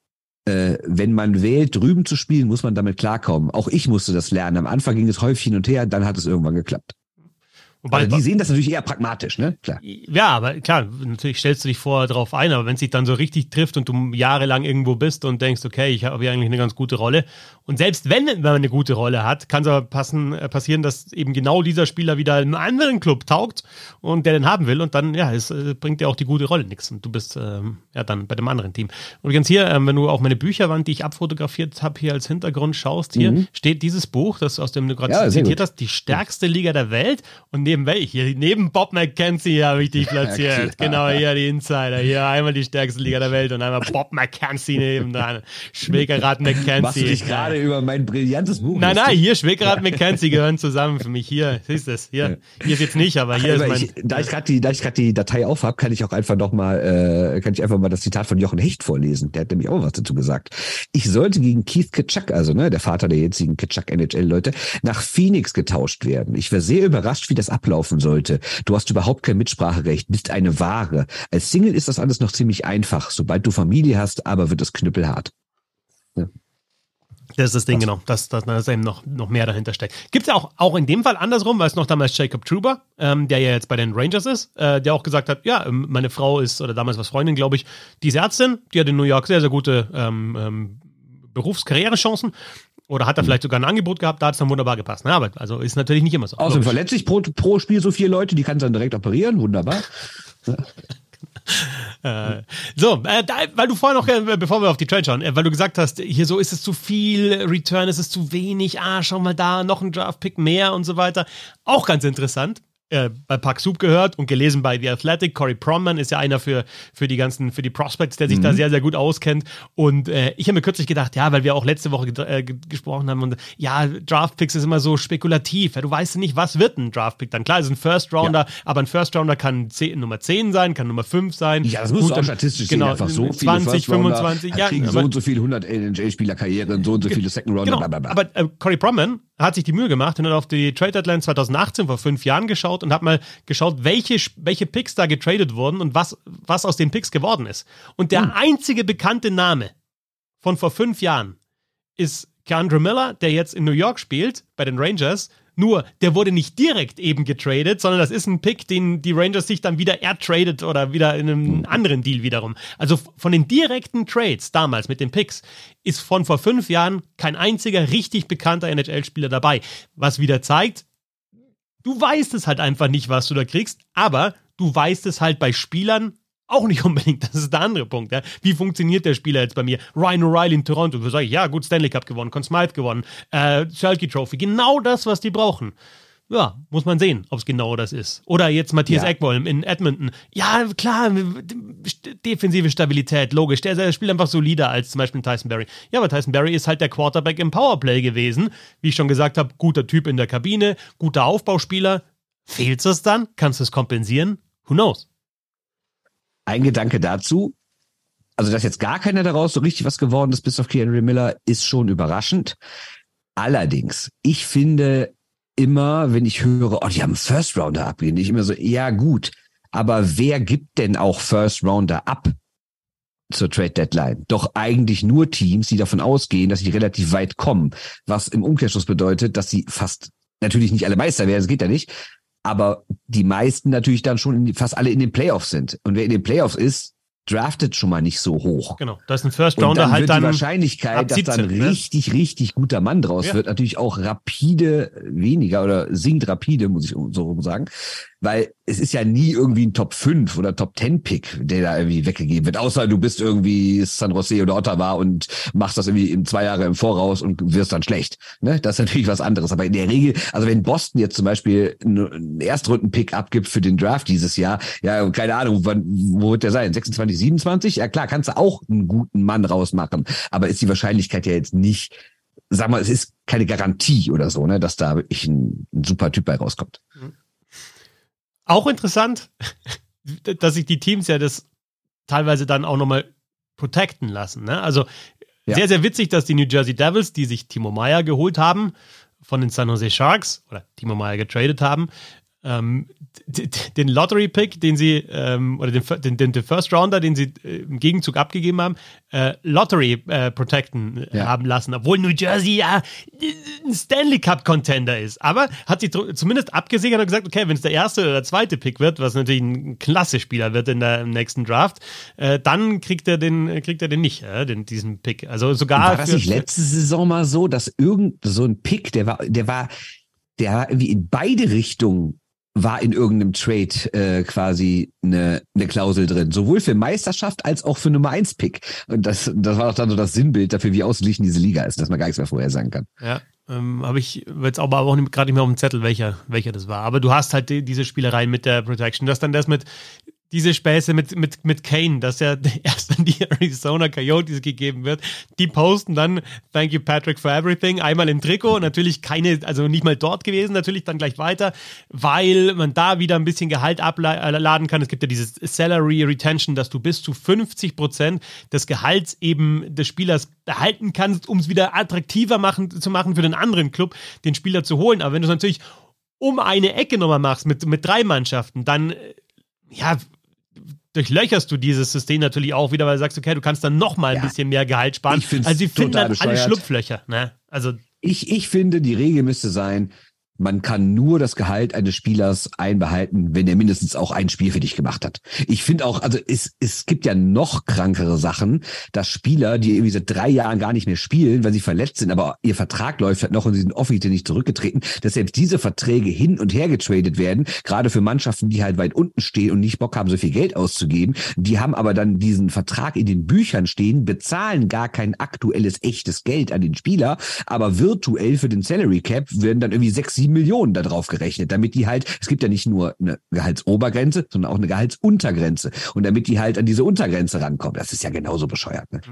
Äh, wenn man wählt, drüben zu spielen, muss man damit klarkommen. Auch ich musste das lernen. Am Anfang ging es häufig hin und her, dann hat es irgendwann geklappt. Wobei, also die sehen das natürlich eher pragmatisch, ne? Klar. Ja, aber klar, natürlich stellst du dich vorher drauf ein, aber wenn es sich dann so richtig trifft und du jahrelang irgendwo bist und denkst, okay, ich habe hier eigentlich eine ganz gute Rolle. Und selbst wenn man eine gute Rolle hat, kann es aber passen, äh, passieren, dass eben genau dieser Spieler wieder einem anderen Club taugt und der den haben will und dann, ja, es äh, bringt dir auch die gute Rolle nichts und du bist ähm, ja dann bei dem anderen Team. Übrigens hier, ähm, wenn du auch meine Bücherwand, die ich abfotografiert habe, hier als Hintergrund schaust, hier mhm. steht dieses Buch, das aus dem du gerade ja, zitiert hast, die stärkste Liga der Welt und neben welch? Hier, neben Bob McKenzie habe ich dich platziert. Ja, genau, hier die Insider. Hier einmal die stärkste Liga der Welt und einmal Bob McKenzie nebendran. Schwegerrad McKenzie. Machst du dich gerade über mein brillantes Buch? Nein, nein, hier Schwegerad McKenzie gehören zusammen für mich. Hier, siehst du es? Hier, hier ist jetzt nicht, aber hier aber ist mein... Ich, da ich gerade die, da ich gerade die Datei auf habe, kann ich auch einfach noch mal, äh, kann ich einfach mal das Zitat von Jochen Hecht vorlesen. Der hat nämlich auch was dazu gesagt. Ich sollte gegen Keith Kitschak, also ne, der Vater der jetzigen Kitschak N H L-Leute, nach Phoenix getauscht werden. Ich war sehr überrascht, wie das ablaufen sollte. Du hast überhaupt kein Mitspracherecht, bist eine Ware. Als Single ist das alles noch ziemlich einfach. Sobald du Familie hast, aber wird es knüppelhart. Ja. Das ist das Ding, genau, dass, dass, dass eben noch, noch mehr dahinter steckt. Gibt es ja auch, auch in dem Fall andersrum, weil es noch damals Jacob Trouba, ähm, der ja jetzt bei den Rangers ist, äh, der auch gesagt hat, ja, meine Frau ist, oder damals was Freundin, glaube ich, die ist Ärztin, die hat in New York sehr, sehr gute ähm, ähm, Berufskarrierechancen. Oder hat er vielleicht sogar ein Angebot gehabt, da hat es dann wunderbar gepasst. Ne? Aber also ist natürlich nicht immer so. Außerdem verletzt sich pro, pro Spiel so vier Leute, die kann es dann direkt operieren, wunderbar. äh, so, äh, da, weil du vorher noch, äh, bevor wir auf die Trade schauen, äh, weil du gesagt hast, hier so ist es zu viel, Return ist es zu wenig, ah, schau mal da, noch ein Draft-Pick mehr und so weiter. Auch ganz interessant. Äh, bei Puck Soup gehört und gelesen bei The Athletic. Corey Pronman ist ja einer für, für die ganzen, für die Prospects, der sich mhm. da sehr, sehr gut auskennt. Und äh, ich habe mir kürzlich gedacht, ja, weil wir auch letzte Woche ge- äh, gesprochen haben und ja, Draftpicks ist immer so spekulativ. Ja, du weißt nicht, was wird ein Draftpick dann. Klar, ist ein First Rounder, ja. aber ein First Rounder kann zehn, Nummer zehn sein, kann Nummer fünf sein. Ja, das muss auch statistisch genau, sehen. Einfach so zwanzig, fünfundzwanzig, ja. Kriegen so und so viele hundert N H L-Spieler-Karrieren, so und so viele Second Rounder, genau, blablabla. Aber äh, Corey Pronman hat sich die Mühe gemacht und hat auf die Trade Deadline zwanzig achtzehn vor fünf Jahren geschaut und hat mal geschaut, welche, welche Picks da getradet wurden und was, was aus den Picks geworden ist. Und der hm. einzige bekannte Name von vor fünf Jahren ist Keandre Miller, der jetzt in New York spielt, bei den Rangers. Nur, der wurde nicht direkt eben getradet, sondern das ist ein Pick, den die Rangers sich dann wieder ertradet oder wieder in einem anderen Deal wiederum. Also von den direkten Trades damals mit den Picks ist von vor fünf Jahren kein einziger richtig bekannter N H L-Spieler dabei. Was wieder zeigt, du weißt es halt einfach nicht, was du da kriegst, aber du weißt es halt bei Spielern auch nicht unbedingt. Das ist der andere Punkt. Ja. Wie funktioniert der Spieler jetzt bei mir? Ryan O'Reilly in Toronto. Da sage ich, ja, gut, Stanley Cup gewonnen, Conn Smythe gewonnen, äh, Selke Trophy. Genau das, was die brauchen. Ja, muss man sehen, ob es genau das ist. Oder jetzt Matthias ja. Ekholm in Edmonton. Ja, klar, defensive Stabilität, logisch. Der, der spielt einfach solider als zum Beispiel Tyson Barrie. Ja, aber Tyson Barrie ist halt der Quarterback im Powerplay gewesen. Wie ich schon gesagt habe, guter Typ in der Kabine, guter Aufbauspieler. Fehlt es dann? Kannst du es kompensieren? Who knows? Ein Gedanke dazu, also dass jetzt gar keiner daraus so richtig was geworden ist, bis auf Keandre Miller, ist schon überraschend. Allerdings, ich finde immer, wenn ich höre, oh, die haben First Rounder abgegeben, ich immer so, ja gut, aber wer gibt denn auch First Rounder ab zur Trade Deadline? Doch eigentlich nur Teams, die davon ausgehen, dass sie relativ weit kommen, was im Umkehrschluss bedeutet, dass sie fast, natürlich nicht alle Meister werden, das geht ja nicht, aber die meisten natürlich dann schon in die, fast alle in den Playoffs sind. Und wer in den Playoffs ist, draftet schon mal nicht so hoch. Genau, da ist ein First Rounder halt dann. Die Wahrscheinlichkeit, dass da ein ne? richtig, richtig guter Mann draus ja. wird, natürlich auch rapide weniger oder sinkt rapide, muss ich so rum sagen. Weil es ist ja nie irgendwie ein Top fünf oder Top zehn Pick, der da irgendwie weggegeben wird. Außer du bist irgendwie San Jose oder Ottawa und machst das irgendwie in zwei Jahre im Voraus und wirst dann schlecht. Ne? Das ist natürlich was anderes. Aber in der Regel, also wenn Boston jetzt zum Beispiel einen Erstrunden-Pick abgibt für den Draft dieses Jahr, ja, keine Ahnung, wann, wo wird der sein? sechsundzwanzig, siebenundzwanzig? Ja klar, kannst du auch einen guten Mann rausmachen. Aber ist die Wahrscheinlichkeit ja jetzt nicht, sag mal, es ist keine Garantie oder so, ne, dass da wirklich ein, ein super Typ bei rauskommt. Auch interessant, dass sich die Teams ja das teilweise dann auch nochmal protecten lassen. Ne? Also ja. sehr, sehr witzig, dass die New Jersey Devils, die sich Timo Meier geholt haben, von den San Jose Sharks, oder Timo Meier getradet haben, ähm, d- d- den Lottery-Pick, den sie, ähm, oder den, den, den, den First-Rounder, den sie äh, im Gegenzug abgegeben haben, äh, Lottery äh, protecten ja. haben lassen, obwohl New Jersey ja ein Stanley Cup-Contender ist. Aber hat sie tr- zumindest abgesichert und gesagt, okay, wenn es der erste oder der zweite Pick wird, was natürlich ein klasse Spieler wird in der, im nächsten Draft, äh, dann kriegt er den, kriegt er den nicht, äh, den, diesen Pick. Also sogar. War das nicht letzte Saison mal so, dass irgend so ein Pick, der war, der war, der war irgendwie in beide Richtungen war in irgendeinem Trade äh, quasi eine, eine Klausel drin. Sowohl für Meisterschaft als auch für Nummer eins Pick. Und das, das war auch dann so das Sinnbild dafür, wie ausgeglichen diese Liga ist, dass man gar nichts mehr vorher sagen kann. Ja, ähm, habe ich jetzt aber auch gerade nicht mehr auf dem Zettel, welcher, welcher das war. Aber du hast halt die, diese Spielereien mit der Protection. Du hast dann das mit diese Späße mit, mit, mit Kane, dass ja erst an die Arizona Coyotes gegeben wird. Die posten dann Thank you Patrick for everything, einmal im Trikot, natürlich keine, also nicht mal dort gewesen, natürlich dann gleich weiter, weil man da wieder ein bisschen Gehalt abladen kann. Es gibt ja dieses Salary Retention, dass du bis zu fünfzig Prozent des Gehalts eben des Spielers behalten kannst, um es wieder attraktiver machen, zu machen für den anderen Club, den Spieler zu holen. Aber wenn du es natürlich um eine Ecke nochmal machst mit, mit drei Mannschaften, dann ja, durchlöcherst du dieses System natürlich auch wieder, weil du sagst, okay, du kannst dann noch mal ein ja, bisschen mehr Gehalt sparen. Also sie finden dann alle Schlupflöcher. Ne? Also ich, ich finde, die Regel müsste sein, man kann nur das Gehalt eines Spielers einbehalten, wenn er mindestens auch ein Spiel für dich gemacht hat. Ich finde auch, also es, es gibt ja noch krankere Sachen, dass Spieler, die irgendwie seit drei Jahren gar nicht mehr spielen, weil sie verletzt sind, aber ihr Vertrag läuft halt noch und sie sind offiziell nicht zurückgetreten, dass selbst diese Verträge hin und her getradet werden, gerade für Mannschaften, die halt weit unten stehen und nicht Bock haben, so viel Geld auszugeben. Die haben aber dann diesen Vertrag in den Büchern stehen, bezahlen gar kein aktuelles, echtes Geld an den Spieler, aber virtuell für den Salary Cap werden dann irgendwie sechs, sieben Millionen da drauf gerechnet, damit die halt, es gibt ja nicht nur eine Gehaltsobergrenze, sondern auch eine Gehaltsuntergrenze. Und damit die halt an diese Untergrenze rankommen. Das ist ja genauso bescheuert. Ne?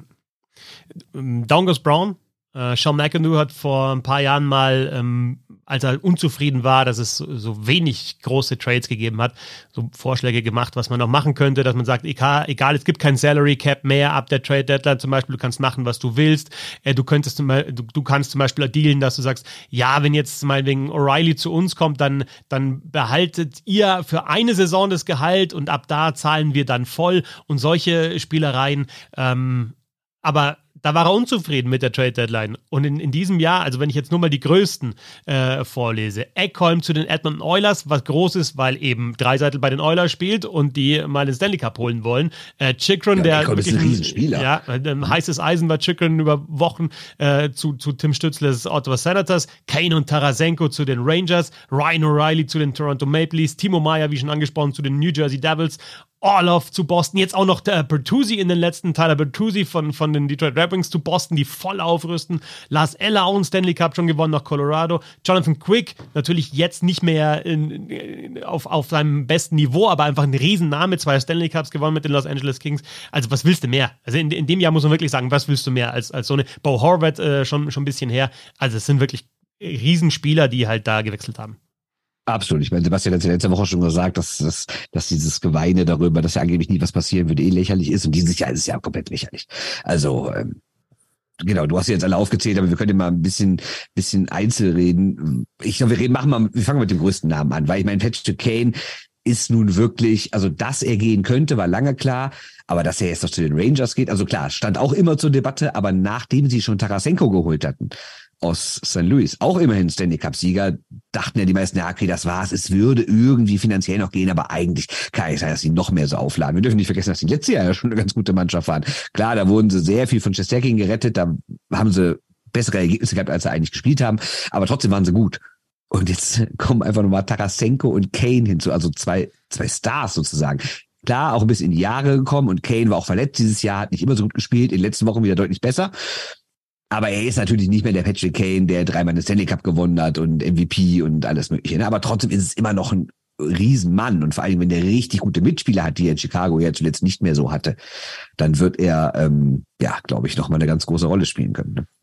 Down goes Brown. Uh, Sean McIndoe hat vor ein paar Jahren mal, ähm, als er unzufrieden war, dass es so, so wenig große Trades gegeben hat, so Vorschläge gemacht, was man noch machen könnte, dass man sagt, egal, egal es gibt kein Salary Cap mehr ab der Trade Deadline zum Beispiel, du kannst machen, was du willst, äh, du könntest zum Beispiel, du, du kannst zum Beispiel dealen, dass du sagst, ja, wenn jetzt meinetwegen O'Reilly zu uns kommt, dann, dann behaltet ihr für eine Saison das Gehalt und ab da zahlen wir dann voll und solche Spielereien, ähm, aber da war er unzufrieden mit der Trade Deadline. Und in, in diesem Jahr, also wenn ich jetzt nur mal die größten äh, vorlese, Ekholm zu den Edmonton Oilers, was groß ist, weil eben Draisaitl bei den Oilers spielt und die mal den Stanley Cup holen wollen. Äh, Chychrun, ja, der Ekholm ist ein Riesenspieler. Ja, ein heißes Eisen war Chychrun über Wochen äh, zu, zu Tim Stützles Ottawa Senators, Kane und Tarasenko zu den Rangers, Ryan O'Reilly zu den Toronto Maple Leafs, Timo Meier, wie schon angesprochen, zu den New Jersey Devils, Orlov zu Boston, jetzt auch noch der Bertuzzi in den letzten, Tyler Bertuzzi von, von den Detroit Red Wings zu Boston, die voll aufrüsten. Lars Eller auch einen Stanley Cup schon gewonnen nach Colorado. Jonathan Quick, natürlich jetzt nicht mehr in, in, auf, auf seinem besten Niveau, aber einfach ein Riesenname, zwei Stanley Cups gewonnen mit den Los Angeles Kings. Also was willst du mehr? Also in, in dem Jahr muss man wirklich sagen, was willst du mehr als, als so eine Bo Horvath äh, schon, schon ein bisschen her. Also es sind wirklich Riesenspieler, die halt da gewechselt haben. Absolut. Ich meine, Sebastian hat ja letzte Woche schon gesagt, dass, dass, dass dieses Geweine darüber, dass ja angeblich nie was passieren würde, eh lächerlich ist. Und dieses Jahr ist es ja komplett lächerlich. Also, ähm, genau, du hast sie jetzt alle aufgezählt, aber wir können mal ein bisschen, bisschen einzeln reden. Ich glaube, wir reden, machen mal, wir fangen mit dem größten Namen an, weil ich meine, Patrick Kane ist nun wirklich, also dass er gehen könnte, war lange klar, aber dass er jetzt noch zu den Rangers geht, also klar, stand auch immer zur Debatte, aber nachdem sie schon Tarasenko geholt hatten, aus Saint Louis, auch immerhin Stanley Cup-Sieger, dachten ja die meisten, ja, okay, das war's, es würde irgendwie finanziell noch gehen, aber eigentlich kann ich sagen, dass sie noch mehr so aufladen. Wir dürfen nicht vergessen, dass die letztes Jahr ja schon eine ganz gute Mannschaft waren. Klar, da wurden sie sehr viel von Shesterkin gerettet, da haben sie bessere Ergebnisse gehabt, als sie eigentlich gespielt haben, aber trotzdem waren sie gut. Und jetzt kommen einfach nochmal Tarasenko und Kane hinzu, also zwei, zwei Stars sozusagen. Klar, auch ein bisschen in die Jahre gekommen und Kane war auch verletzt dieses Jahr, hat nicht immer so gut gespielt, in den letzten Wochen wieder deutlich besser. Aber er ist natürlich nicht mehr der Patrick Kane, der dreimal den Stanley Cup gewonnen hat und M V P und alles mögliche. Aber trotzdem ist es immer noch ein Riesenmann. Und vor allem, wenn der richtig gute Mitspieler hat, die er in Chicago ja zuletzt nicht mehr so hatte, dann wird er, ähm, ja, glaube ich, nochmal eine ganz große Rolle spielen können. Ne?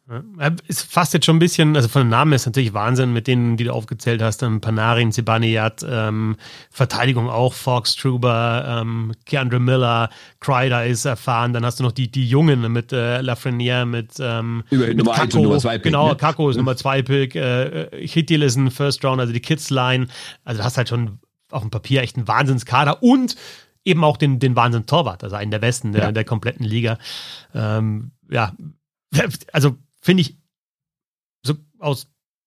Ja, ist fast jetzt schon ein bisschen, also von den Namen ist natürlich Wahnsinn mit denen, die du aufgezählt hast, ähm, Panarin, Zibanejad, ähm, Verteidigung auch, Fox, Truber, ähm, Keandre Miller, Kreider ist erfahren, dann hast du noch die, die Jungen mit äh, Lafreniere, mit, ähm, mit Nummer eins und Nummer zwei Pick. Genau, Ne? Kakko ist Nummer zwei Pick, äh, Hittil ist ein First Round, also die Kids-Line, also du hast halt schon auf dem Papier echt einen Wahnsinnskader und eben auch den, den Wahnsinn-Torwart, also einen der besten der, ja. der kompletten Liga. Ähm, ja, also finde ich so aus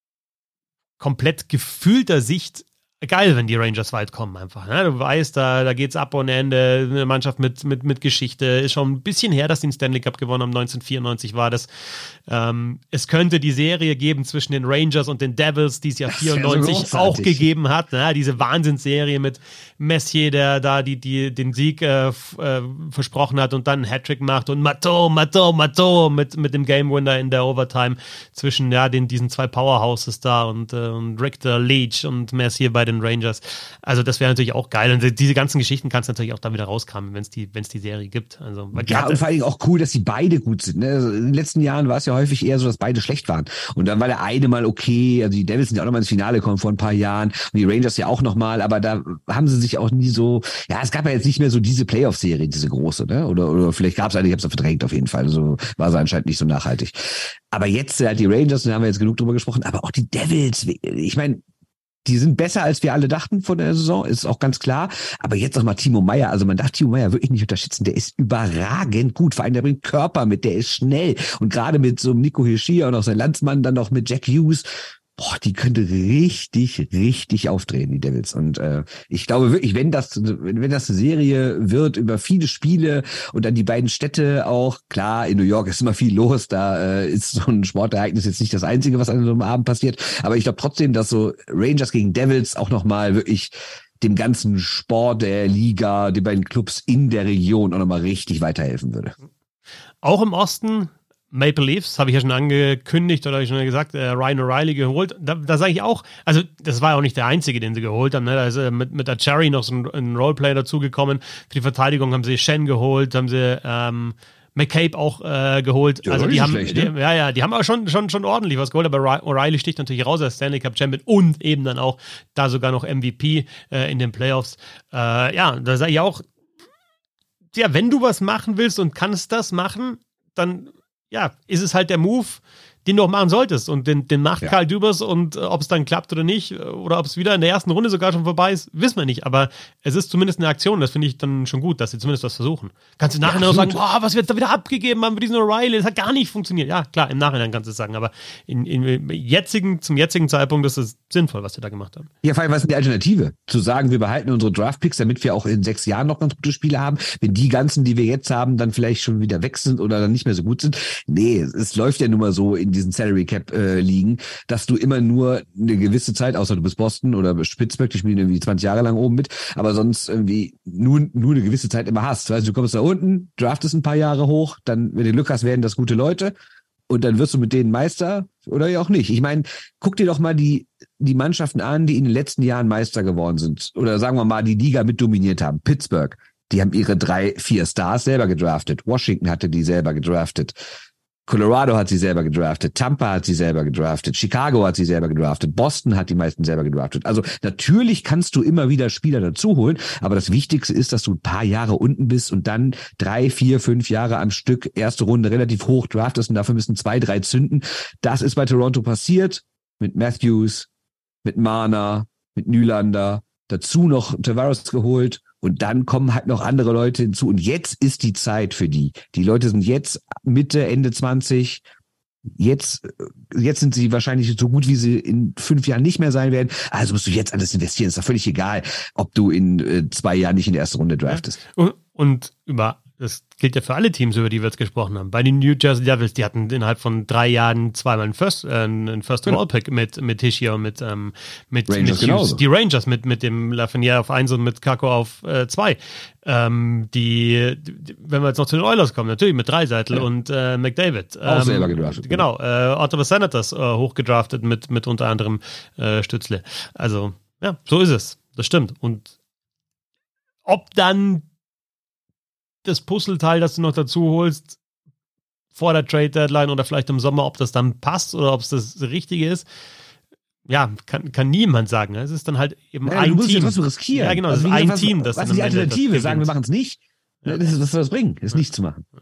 komplett gefühlter Sicht geil, wenn die Rangers weit kommen einfach. Ne? Du weißt, da, da geht's ab ohne Ende. Eine Mannschaft mit, mit, mit Geschichte. Ist schon ein bisschen her, dass die den Stanley Cup gewonnen haben. neunzehnhundertvierundneunzig war das. Ähm, es könnte die Serie geben zwischen den Rangers und den Devils, die es ja vierundneunzig so auch gegeben hat. Ne? Diese Wahnsinnsserie mit Messier, der da die, die, den Sieg äh, f- äh, versprochen hat und dann einen Hattrick macht und Matteau, Matteau, Matteau mit, mit dem Game Winner in der Overtime zwischen ja, den, diesen zwei Powerhouses da und, äh, und Richter, Leach und Messier bei den Rangers. Also das wäre natürlich auch geil. Und diese ganzen Geschichten kannst du natürlich auch da wieder rauskramen, wenn es die, wenn es die Serie gibt. Also, ja, und vor allen Dingen auch cool, dass die beide gut sind. Ne? Also in den letzten Jahren war es ja häufig eher so, dass beide schlecht waren. Und dann war der eine mal okay, also die Devils sind ja auch noch mal ins Finale gekommen vor ein paar Jahren und die Rangers ja auch noch mal, aber da haben sie sich auch nie so, ja, es gab ja jetzt nicht mehr so diese Playoff-Serie, diese große, ne? Oder, oder vielleicht gab es eine, ich habe es verdrängt auf jeden Fall. So war sie anscheinend nicht so nachhaltig. Aber jetzt halt die Rangers, da haben wir jetzt genug drüber gesprochen, aber auch die Devils, ich meine, die sind besser, als wir alle dachten vor der Saison, ist auch ganz klar. Aber jetzt noch mal Timo Meier. Also man darf Timo Meier wirklich nicht unterschätzen. Der ist überragend gut. Vor allem, der bringt Körper mit, der ist schnell. Und gerade mit so einem Nico Hischier und auch sein Landsmann, dann noch mit Jack Hughes. Boah, die könnte richtig, richtig aufdrehen, die Devils. Und äh, ich glaube wirklich, wenn das, wenn, wenn das eine Serie wird über viele Spiele und dann die beiden Städte auch, klar, in New York ist immer viel los, da äh, ist so ein Sportereignis jetzt nicht das Einzige, was an so einem Abend passiert. Aber ich glaube trotzdem, dass so Rangers gegen Devils auch nochmal wirklich dem ganzen Sport der Liga, den beiden Clubs in der Region auch nochmal richtig weiterhelfen würde. Auch im Osten Maple Leafs, habe ich ja schon angekündigt oder habe ich schon gesagt, äh, Ryan O'Reilly geholt. Da, da sage ich auch, also das war ja auch nicht der einzige, den sie geholt haben. Ne? Da ist äh, mit, mit Acciari noch so ein, ein Roleplayer dazugekommen. Für die Verteidigung haben sie Shen geholt, haben sie ähm, McCabe auch äh, geholt. Ja, also die haben, schlecht, ne? die, ja, ja, die haben aber schon, schon, schon ordentlich was geholt, aber O'Reilly sticht natürlich raus als Stanley Cup Champion und eben dann auch da sogar noch M V P äh, in den Playoffs. Äh, ja, da sage ich auch, ja, wenn du was machen willst und kannst das machen, dann ja, ist es halt der Move, den du auch machen solltest. Und den, den macht ja. Karl Dubas und äh, ob es dann klappt oder nicht, oder ob es wieder in der ersten Runde sogar schon vorbei ist, wissen wir nicht. Aber es ist zumindest eine Aktion, das finde ich dann schon gut, dass sie zumindest was versuchen. Kannst du nachher ja, noch sagen, boah, was wir jetzt da wieder abgegeben haben für diesen O'Reilly, das hat gar nicht funktioniert. Ja, klar, im Nachhinein kannst du es sagen, aber in, in jetzigen, zum jetzigen Zeitpunkt ist es sinnvoll, was wir da gemacht haben. Ja, vor allem, was ist die Alternative? Zu sagen, wir behalten unsere Draftpicks, damit wir auch in sechs Jahren noch ganz gute Spiele haben, wenn die ganzen, die wir jetzt haben, dann vielleicht schon wieder weg sind oder dann nicht mehr so gut sind. Nee, es läuft ja nun mal so in diesen Salary Cap äh, liegen, dass du immer nur eine gewisse Zeit, außer du bist Boston oder Spitzberg, die spielen irgendwie zwanzig Jahre lang oben mit, aber sonst irgendwie nur, nur eine gewisse Zeit immer hast. Weißt du, du kommst da unten, draftest ein paar Jahre hoch, dann, wenn du Glück hast, werden das gute Leute und dann wirst du mit denen Meister oder ja auch nicht. Ich meine, guck dir doch mal die, die Mannschaften an, die in den letzten Jahren Meister geworden sind oder sagen wir mal, die Liga mit dominiert haben. Pittsburgh, die haben ihre drei, vier Stars selber gedraftet. Washington hatte die selber gedraftet. Colorado hat sie selber gedraftet, Tampa hat sie selber gedraftet, Chicago hat sie selber gedraftet, Boston hat die meisten selber gedraftet. Also natürlich kannst du immer wieder Spieler dazu holen, aber das Wichtigste ist, dass du ein paar Jahre unten bist und dann drei, vier, fünf Jahre am Stück erste Runde relativ hoch draftest und dafür müssen zwei, drei zünden. Das ist bei Toronto passiert mit Matthews, mit Marner, mit Nylander, dazu noch Tavares geholt. Und dann kommen halt noch andere Leute hinzu. Und jetzt ist die Zeit für die. Die Leute sind jetzt Mitte, Ende zwanzig. Jetzt, jetzt sind sie wahrscheinlich so gut, wie sie in fünf Jahren nicht mehr sein werden. Also musst du jetzt alles investieren. Ist doch völlig egal, ob du in äh, zwei Jahren nicht in der ersten Runde draftest. Und, und über das gilt ja für alle Teams, über die wir jetzt gesprochen haben. Bei den New Jersey Devils, die hatten innerhalb von drei Jahren zweimal einen First, äh, einen First Overall Pick mit, mit Hischier und mit, ähm, mit, Rangers mit Hughes. Die Rangers mit, mit dem Lafreniere auf eins und mit Kakko auf äh, zwei. Ähm, die, die, wenn wir jetzt noch zu den Oilers kommen, natürlich mit Dreiseitel ja. und äh, McDavid. Auch ähm, selber gedraftet. Genau, äh, Ottawa Senators äh, hochgedraftet mit, mit unter anderem äh, Stützle. Also, ja, so ist es. Das stimmt. Und ob dann das Puzzleteil, das du noch dazu holst, vor der Trade-Deadline oder vielleicht im Sommer, ob das dann passt oder ob es das Richtige ist. Ja, kann, kann niemand sagen. Es ist dann halt eben ja, ein du musst Team. Ja, was riskieren. Ja, genau, also es ist ein was, Team, das was ist die Alternative? das sagen, wir machen es nicht. Ja. Das ist, was soll das bringen? Das ja. nicht zu machen.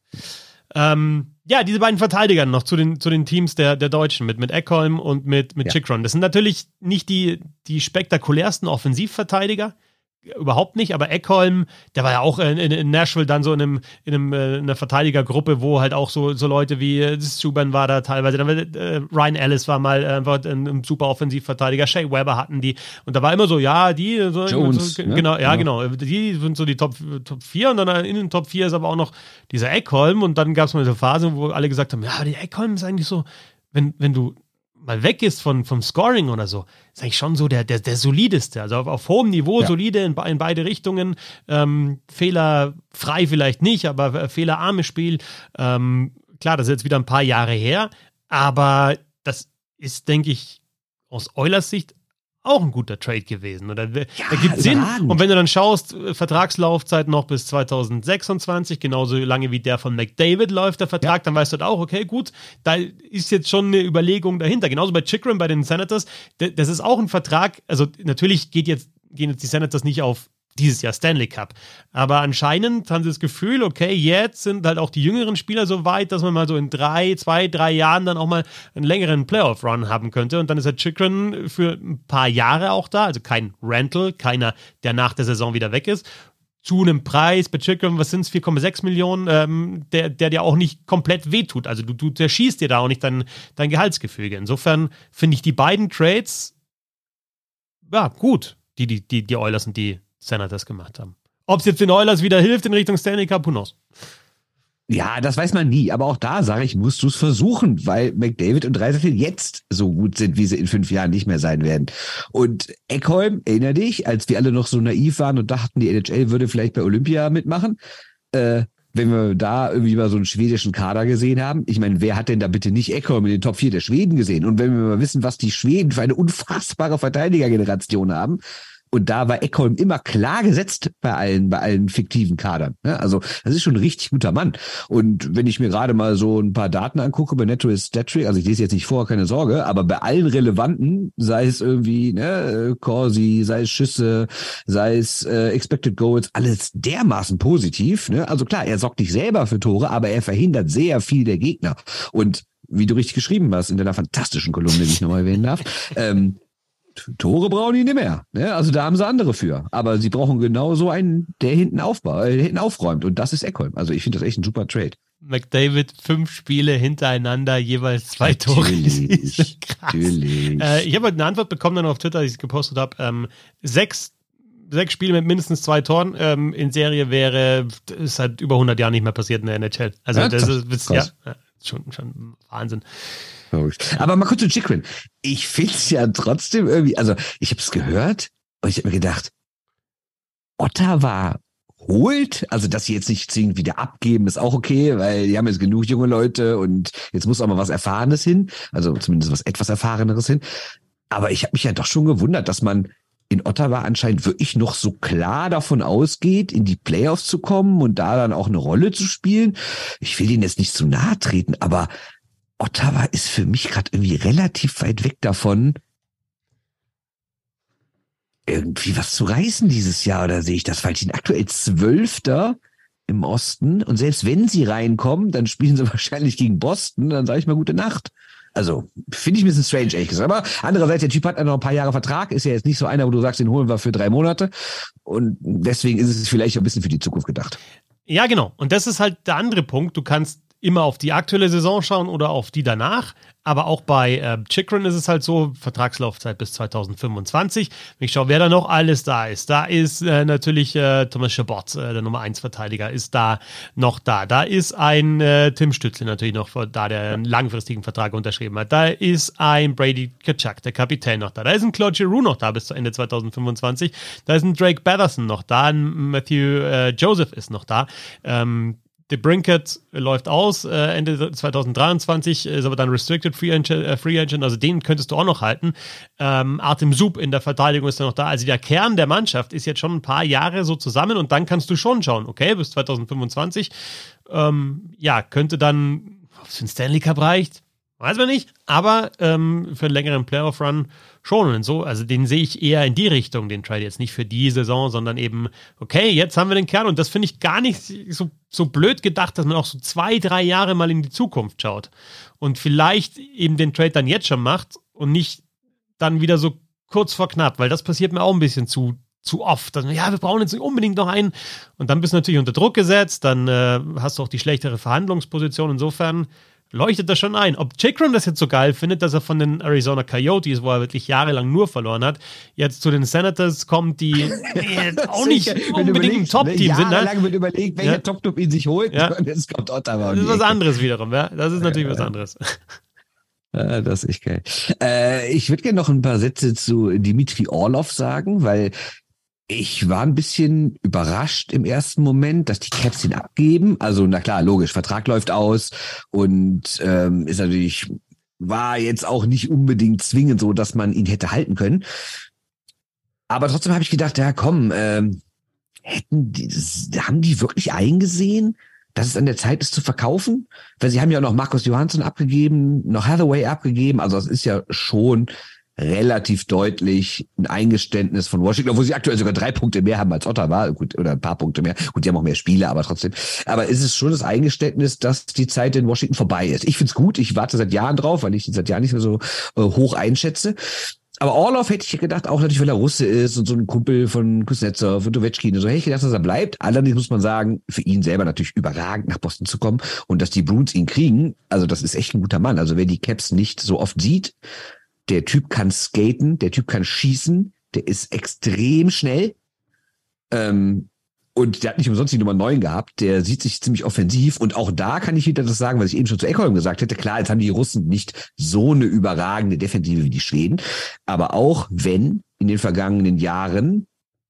Ähm, ja, diese beiden Verteidiger noch zu den, zu den Teams der, der Deutschen mit, mit Ekholm und mit, mit ja. Chychrun. Das sind natürlich nicht die, die spektakulärsten Offensivverteidiger. Überhaupt nicht, aber Ekholm, der war ja auch in, in, in Nashville dann so in, einem, in, einem, in einer Verteidigergruppe, wo halt auch so, so Leute wie äh, Subban war da teilweise, dann, äh, Ryan Ellis war mal einfach ein, ein super Offensivverteidiger, Shea Weber hatten die und da war immer so, ja, die, so, Jones, so, ne? genau, ja, genau, die sind so die Top, Top vier und dann in den Top vier ist aber auch noch dieser Ekholm und dann gab es mal eine Phase, wo alle gesagt haben, ja, der Ekholm ist eigentlich so, wenn, wenn du mal weg ist von, vom Scoring oder so, ist eigentlich schon so der, der, der solideste. Also auf, auf hohem Niveau, ja. solide in, in beide Richtungen. Ähm, fehlerfrei vielleicht nicht, aber äh, fehlerarmes Spiel. Ähm, klar, das ist jetzt wieder ein paar Jahre her, aber das ist, denke ich, aus Oilers Sicht auch ein guter Trade gewesen. Oder ja, da gibt Sinn. Und wenn du dann schaust, Vertragslaufzeit noch bis zwanzig sechsundzwanzig, genauso lange wie der von McDavid läuft, der Vertrag, ja. dann weißt du halt auch, okay, gut, da ist jetzt schon eine Überlegung dahinter. Genauso bei Chychrun, bei den Senators, das ist auch ein Vertrag, also natürlich geht jetzt, gehen jetzt die Senators nicht auf dieses Jahr Stanley Cup. Aber anscheinend haben sie das Gefühl, okay, jetzt sind halt auch die jüngeren Spieler so weit, dass man mal so in drei, zwei, drei Jahren dann auch mal einen längeren Playoff-Run haben könnte. Und dann ist halt Chychrun für ein paar Jahre auch da, also kein Rental, keiner, der nach der Saison wieder weg ist. Zu einem Preis bei Chychrun, was sind es, vier Komma sechs Millionen, ähm, der, der dir auch nicht komplett wehtut. Also du, du der schießt dir da auch nicht dein, dein Gehaltsgefüge. Insofern finde ich die beiden Trades ja gut, die die, die, die Oilers und die Senators gemacht haben. Ob es jetzt den Oilers wieder hilft in Richtung Stanley Cup, who knows? Ja, das weiß man nie. Aber auch da, sage ich, musst du es versuchen, weil McDavid und Draisaitl jetzt so gut sind, wie sie in fünf Jahren nicht mehr sein werden. Und Ekholm, erinner dich, als wir alle noch so naiv waren und dachten, die N H L würde vielleicht bei Olympia mitmachen, äh, wenn wir da irgendwie mal so einen schwedischen Kader gesehen haben. Ich meine, wer hat denn da bitte nicht Ekholm in den Top vier der Schweden gesehen? Und wenn wir mal wissen, was die Schweden für eine unfassbare Verteidigergeneration haben, und da war Ekholm immer klar gesetzt bei allen, bei allen fiktiven Kadern. Also das ist schon ein richtig guter Mann. Und wenn ich mir gerade mal so ein paar Daten angucke bei Netto Stattrick, also ich lese jetzt nicht vor, keine Sorge, aber bei allen relevanten, sei es irgendwie ne, Corsi, sei es Schüsse, sei es äh, Expected Goals, alles dermaßen positiv. Ne? Also klar, er sorgt nicht selber für Tore, aber er verhindert sehr viel der Gegner. Und wie du richtig geschrieben hast in deiner fantastischen Kolumne, die ich nochmal erwähnen darf, ähm, Tore brauchen die nicht mehr. Ne? Also da haben sie andere für. Aber sie brauchen genau so einen, der hinten aufbaut, äh, hinten aufräumt. Und das ist Ekholm. Also ich finde das echt ein super Trade. McDavid, fünf Spiele hintereinander, jeweils zwei Tore. Natürlich, krass. Natürlich. Äh, ich habe eine Antwort bekommen dann auf Twitter, als ich es gepostet habe. Ähm, sechs, sechs Spiele mit mindestens zwei Toren ähm, in Serie wäre, ist seit über hundert Jahren nicht mehr passiert in der N H L. Also ja, das ist, ist ja, schon, schon Wahnsinn. Aber mal kurz zu Chychrun. Ich finde es ja trotzdem irgendwie, also ich habe es gehört und ich habe mir gedacht, Ottawa holt, also dass sie jetzt nicht zwingend wieder abgeben, ist auch okay, weil die haben jetzt genug junge Leute und jetzt muss auch mal was Erfahrenes hin, also zumindest was etwas Erfahreneres hin. Aber ich habe mich ja doch schon gewundert, dass man in Ottawa anscheinend wirklich noch so klar davon ausgeht, in die Playoffs zu kommen und da dann auch eine Rolle zu spielen. Ich will denen jetzt nicht zu nahe treten, aber Ottawa ist für mich gerade irgendwie relativ weit weg davon, irgendwie was zu reißen dieses Jahr, oder sehe ich das falsch? Die sind aktuell Zwölfter im Osten und selbst wenn sie reinkommen, dann spielen sie wahrscheinlich gegen Boston, dann sage ich mal gute Nacht. Also, finde ich ein bisschen strange, ehrlich gesagt. Aber andererseits, der Typ hat ja noch ein paar Jahre Vertrag, ist ja jetzt nicht so einer, wo du sagst, den holen wir für drei Monate und deswegen ist es vielleicht ein bisschen für die Zukunft gedacht. Ja, genau. Und das ist halt der andere Punkt. Du kannst immer auf die aktuelle Saison schauen oder auf die danach. Aber auch bei äh, Chychrun ist es halt so, Vertragslaufzeit bis zwanzig fünfundzwanzig. Wenn ich schaue, wer da noch alles da ist. Da ist äh, natürlich äh, Thomas Chabot, äh, der Nummer eins Verteidiger, ist da noch da. Da ist ein äh, Tim Stützle natürlich noch da, der einen langfristigen Vertrag unterschrieben hat. Da ist ein Brady Tkachuk, der Kapitän, noch da. Da ist ein Claude Giroux noch da bis zu Ende zwanzig fünfundzwanzig. Da ist ein Drake Batherson noch da. Ein Matthew äh, Joseph ist noch da. Ähm, DeBrincat läuft aus, äh, Ende zwanzig dreiundzwanzig, ist aber dann Restricted Free Agent, äh, Free Agent, also den könntest du auch noch halten. Ähm, Artem Zub in der Verteidigung ist dann noch da. Also der Kern der Mannschaft ist jetzt schon ein paar Jahre so zusammen und dann kannst du schon schauen, okay, bis zwanzig fünfundzwanzig, ähm, ja, könnte dann, ob es für den Stanley Cup reicht, weiß man nicht, aber ähm, für einen längeren Playoff-Run schon und so. Also den sehe ich eher in die Richtung, den Trade jetzt nicht für die Saison, sondern eben, okay, jetzt haben wir den Kern und das finde ich gar nicht so, so blöd gedacht, dass man auch so zwei, drei Jahre mal in die Zukunft schaut und vielleicht eben den Trade dann jetzt schon macht und nicht dann wieder so kurz vor knapp, weil das passiert mir auch ein bisschen zu zu oft. Dass man, ja, wir brauchen jetzt unbedingt noch einen und dann bist du natürlich unter Druck gesetzt, dann äh, hast du auch die schlechtere Verhandlungsposition. Insofern leuchtet das schon ein. Ob Chikrin das jetzt so geil findet, dass er von den Arizona Coyotes, wo er wirklich jahrelang nur verloren hat, jetzt zu den Senators kommt, die jetzt auch nicht unbedingt ein Top-Team sind. Jahrelang wird überlegt, welcher ja. Top-Club ihn sich holt. Ja. Und jetzt kommt Ottawa. Das ist was anderes wiederum, ja. Das ist natürlich ja. was anderes. Ja, das ist echt geil. Äh, ich würde gerne noch ein paar Sätze zu Dimitri Orlov sagen, weil ich war ein bisschen überrascht im ersten Moment, dass die Caps ihn abgeben. Also, na klar, logisch, Vertrag läuft aus und ähm, ist natürlich, war jetzt auch nicht unbedingt zwingend so, dass man ihn hätte halten können. Aber trotzdem habe ich gedacht, ja komm, ähm, hätten die, haben die wirklich eingesehen, dass es an der Zeit ist zu verkaufen? Weil sie haben ja auch noch Marcus Johansson abgegeben, noch Hathaway abgegeben. Also es ist ja schon relativ deutlich ein Eingeständnis von Washington, obwohl sie aktuell sogar drei Punkte mehr haben als Ottawa, gut, oder ein paar Punkte mehr. Gut, die haben auch mehr Spiele, aber trotzdem. Aber ist es schon das Eingeständnis, dass die Zeit in Washington vorbei ist? Ich find's gut, ich warte seit Jahren drauf, weil ich ihn seit Jahren nicht mehr so äh, hoch einschätze. Aber Orlov hätte ich gedacht, auch natürlich, weil er Russe ist und so ein Kumpel von Kuznetsov und Ovechkin und so, hätte ich gedacht, dass er bleibt. Allerdings muss man sagen, für ihn selber natürlich überragend nach Boston zu kommen und dass die Bruins ihn kriegen, also das ist echt ein guter Mann. Also wer die Caps nicht so oft sieht, der Typ kann skaten, der Typ kann schießen, der ist extrem schnell ähm, und der hat nicht umsonst die Nummer neun gehabt, der sieht sich ziemlich offensiv und auch da kann ich wieder das sagen, was ich eben schon zu Ekholm gesagt hätte. Klar, jetzt haben die Russen nicht so eine überragende Defensive wie die Schweden, aber auch wenn in den vergangenen Jahren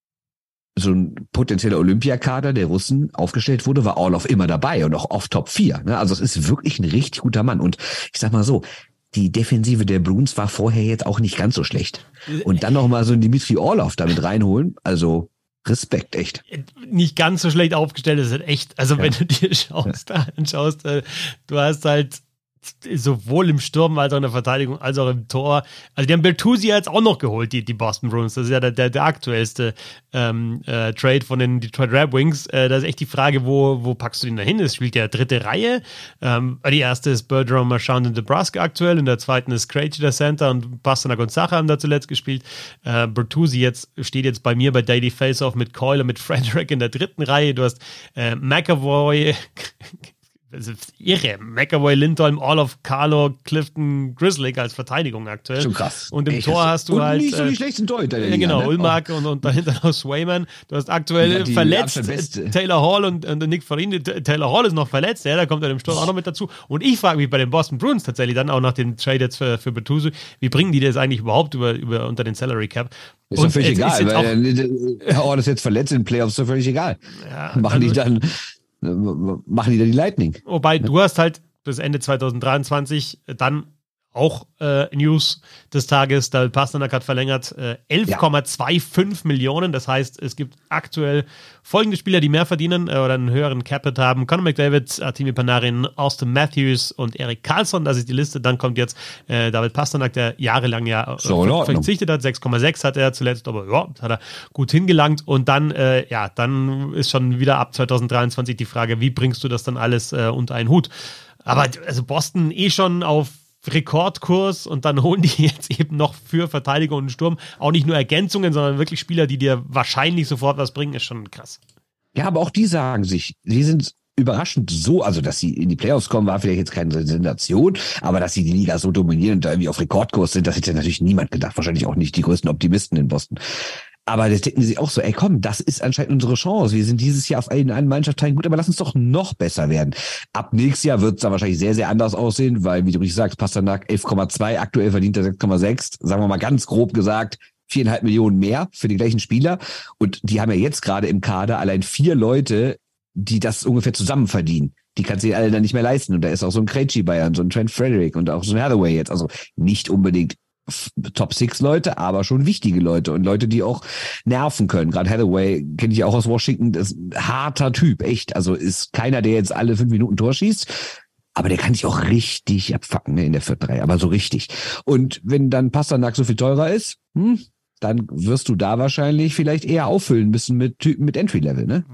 so ein potenzieller Olympiakader der Russen aufgestellt wurde, war Orlov immer dabei und auch auf Top vier. Ne? Also es ist wirklich ein richtig guter Mann und ich sag mal so, die Defensive der Bruins war vorher jetzt auch nicht ganz so schlecht. Und dann noch mal so ein Dimitri Orlov damit reinholen, also Respekt, echt. Nicht ganz so schlecht aufgestellt, das ist halt echt, also ja. wenn du dir schaust, da anschaust, äh, du hast halt sowohl im Sturm als auch in der Verteidigung, als auch im Tor. Also die haben Bertuzzi jetzt auch noch geholt, die, die Boston Bruins. Das ist ja der, der, der aktuellste ähm, äh, Trade von den Detroit Red Wings. Äh, da ist echt die Frage, wo, wo packst du den da hin? Es spielt ja dritte Reihe. Ähm, die erste ist Bergeron, Marchand in Nebraska aktuell. In der zweiten ist Krejci der Center und Pastrnak und Sacher haben da zuletzt gespielt. Äh, Bertuzzi jetzt, steht jetzt bei mir bei Daily Faceoff mit Coyle und mit Frederick in der dritten Reihe. Du hast äh, McAvoy das ist irre. McAvoy, Lindholm, Orlov, Carlo, Clifton, Grizzly als Verteidigung aktuell. Schon krass. Und im Echt, Tor hast du und halt... nicht so äh, die schlechten Torhüter. Ja, genau, ne? Ullmark und, und dahinter noch Swayman. Du hast aktuell die verletzt Beste. Taylor Hall und, und Nick Farini. Taylor Hall ist noch verletzt, ja, da kommt er im Sturm auch noch mit dazu. Und ich frage mich bei den Boston Bruins tatsächlich dann auch nach dem Trade jetzt für, für Bertuzzi, wie bringen die das eigentlich überhaupt über, über unter den Salary Cap? Ist doch völlig egal, weil Herr Orr ist jetzt verletzt in den Playoffs, ist doch völlig egal. Ja, machen also, die dann machen die dann die Lightning. Wobei, du hast halt bis Ende zwanzig dreiundzwanzig dann auch äh, News des Tages, David Pastrnak hat verlängert äh, elf Komma fünfundzwanzig Millionen, das heißt, es gibt aktuell folgende Spieler, die mehr verdienen äh, oder einen höheren Capit haben: Conor McDavid, Artemi Panarin, Austin Matthews und Erik Karlsson, das ist die Liste. Dann kommt jetzt äh, David Pastrnak, der jahrelang ja äh, so verzichtet hat, sechs Komma sechs hat er zuletzt, aber ja, hat er gut hingelangt und dann, äh, ja, dann ist schon wieder ab zwanzig dreiundzwanzig die Frage, wie bringst du das dann alles äh, unter einen Hut? Aber also Boston eh schon auf Rekordkurs und dann holen die jetzt eben noch für Verteidigung und Sturm auch nicht nur Ergänzungen, sondern wirklich Spieler, die dir wahrscheinlich sofort was bringen, ist schon krass. Ja, aber auch die sagen sich, sie sind überraschend so, also dass sie in die Playoffs kommen, war vielleicht jetzt keine Sensation, aber dass sie die Liga so dominieren und da irgendwie auf Rekordkurs sind, das hätte natürlich niemand gedacht, wahrscheinlich auch nicht die größten Optimisten in Boston. Aber das denken sie auch so, ey komm, das ist anscheinend unsere Chance. Wir sind dieses Jahr auf allen, allen Mannschaftsteilen gut, aber lass uns doch noch besser werden. Ab nächstes Jahr wird es dann wahrscheinlich sehr, sehr anders aussehen, weil, wie du richtig sagst, Pastrnak elf Komma zwei, aktuell verdient er sechs Komma sechs, sagen wir mal ganz grob gesagt, viereinhalb Millionen mehr für die gleichen Spieler. Und die haben ja jetzt gerade im Kader allein vier Leute, die das ungefähr zusammen verdienen. Die kannst du dir alle dann nicht mehr leisten. Und da ist auch so ein Krejci Bayern, so ein Trent Frederick und auch so ein Hathaway jetzt. Also nicht unbedingt Top Six Leute, aber schon wichtige Leute und Leute, die auch nerven können. Gerade Hathaway kenne ich auch aus Washington, das ist ein harter Typ, echt. Also ist keiner, der jetzt alle fünf Minuten Tor schießt. Aber der kann dich auch richtig abfacken, ne, in der vierten Reihe. Aber so richtig. Und wenn dann Pasternak so viel teurer ist, hm, dann wirst du da wahrscheinlich vielleicht eher auffüllen müssen mit Typen mit Entry-Level, ne?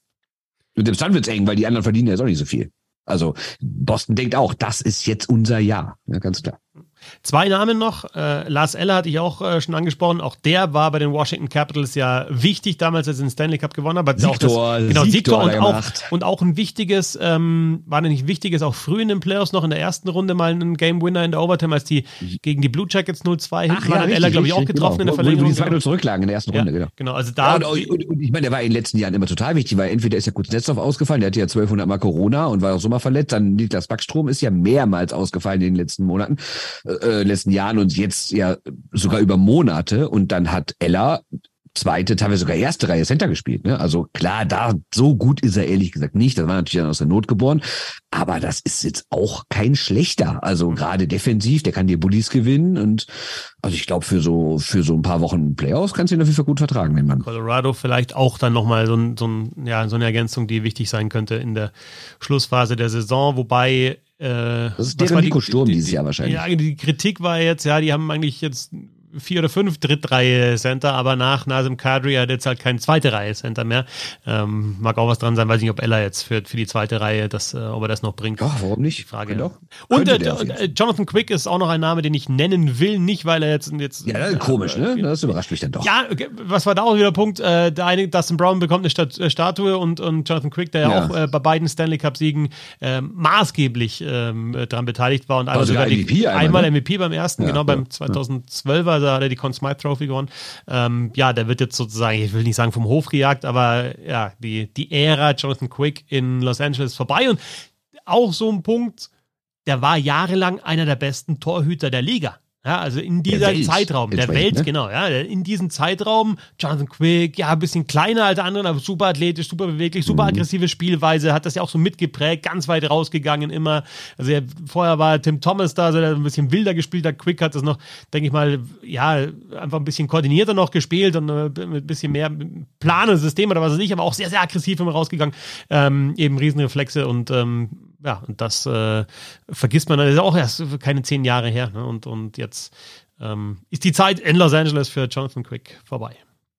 Und selbst dann wird's eng, weil die anderen verdienen ja jetzt auch nicht so viel. Also Boston denkt auch, das ist jetzt unser Jahr. Ja, ganz klar. Zwei Namen noch. Äh, Lars Eller hatte ich auch äh, schon angesprochen. Auch der war bei den Washington Capitals ja wichtig damals, als sie den Stanley Cup gewonnen haben. Victor, auch das, genau, Victor und auch, und auch ein wichtiges, ähm, war nicht wichtiges, auch früh in den Playoffs noch in der ersten Runde mal ein Game Winner in der Overtime, als die gegen die Blue Jackets null zwei hinten waren, hat Eller, glaube ich, auch getroffen genau. in der Verlängerung. Wo die zwei null zurücklagen in der ersten Runde, ja, genau. Genau, also da. Ja, und, und, und ich meine, der war in den letzten Jahren immer total wichtig, weil entweder ist ja Kuznetsov ausgefallen, der hatte ja zwölfhundert Mal Corona und war auch so mal verletzt, dann Niklas Backstrom ist ja mehrmals ausgefallen in den letzten Monaten, äh, letzten Jahren und jetzt ja sogar über Monate und dann hat Eller zweite, teilweise sogar erste Reihe Center gespielt. Ne? Also klar, da so gut ist er ehrlich gesagt nicht. Das war natürlich dann aus der Not geboren. Aber das ist jetzt auch kein schlechter. Also gerade defensiv, der kann dir Bullies gewinnen. Und also ich glaube, für so für so ein paar Wochen Playoffs kannst du ihn auf jeden Fall gut vertragen, den Mann. Colorado vielleicht auch dann nochmal so, ein, so, ein, ja, so eine Ergänzung, die wichtig sein könnte in der Schlussphase der Saison. Wobei das ist deren Nico Sturm die, dieses Jahr wahrscheinlich. Ja, die Kritik war jetzt, ja, die haben eigentlich jetzt vier oder fünf Drittreihe-Center, aber nach Nazem Kadri hat jetzt halt kein zweite Reihe-Center mehr. Ähm, mag auch was dran sein, weiß nicht, ob Eller jetzt für, für die zweite Reihe, das, äh, ob er das noch bringt. Ach, warum nicht? Die Frage. Doch. Und äh, äh, Jonathan Quick ist auch noch ein Name, den ich nennen will, nicht weil er jetzt... jetzt ja, das ist äh, komisch, ne? Das überrascht mich dann doch. Ja, was war da auch wieder Punkt? Äh, der eine, Dustin Brown bekommt eine Stat- Statue und, und Jonathan Quick, der ja, ja auch äh, bei beiden Stanley Cup-Siegen äh, maßgeblich äh, daran beteiligt war und einmal sogar M V P die, einmal, einmal ne? M V P beim ersten, ja, genau, ja, beim zweitausendzwölfer, da hat er die Conn Smythe Trophy gewonnen. Ähm, ja, der wird jetzt sozusagen, ich will nicht sagen vom Hof gejagt, aber ja, die, die Ära Jonathan Quick in Los Angeles ist vorbei und auch so ein Punkt, der war jahrelang einer der besten Torhüter der Liga. Ja, also in diesem Zeitraum, der Welt, ne? Genau, ja, in diesem Zeitraum, Jonathan Quick, ja, ein bisschen kleiner als andere, aber super athletisch, super beweglich, super aggressive Spielweise, hat das ja auch so mitgeprägt, ganz weit rausgegangen immer. Also ja, vorher war Tim Thomas da, also der ein bisschen wilder gespielt hat, Quick hat das noch, denke ich mal, ja, einfach ein bisschen koordinierter noch gespielt und äh, mit ein bisschen mehr Plan und System oder was weiß ich, aber auch sehr, sehr aggressiv immer rausgegangen, ähm, eben Riesenreflexe und ähm, ja, und das äh, vergisst man, das ist auch erst keine zehn Jahre her, ne? und, und jetzt ähm, ist die Zeit in Los Angeles für Jonathan Quick vorbei.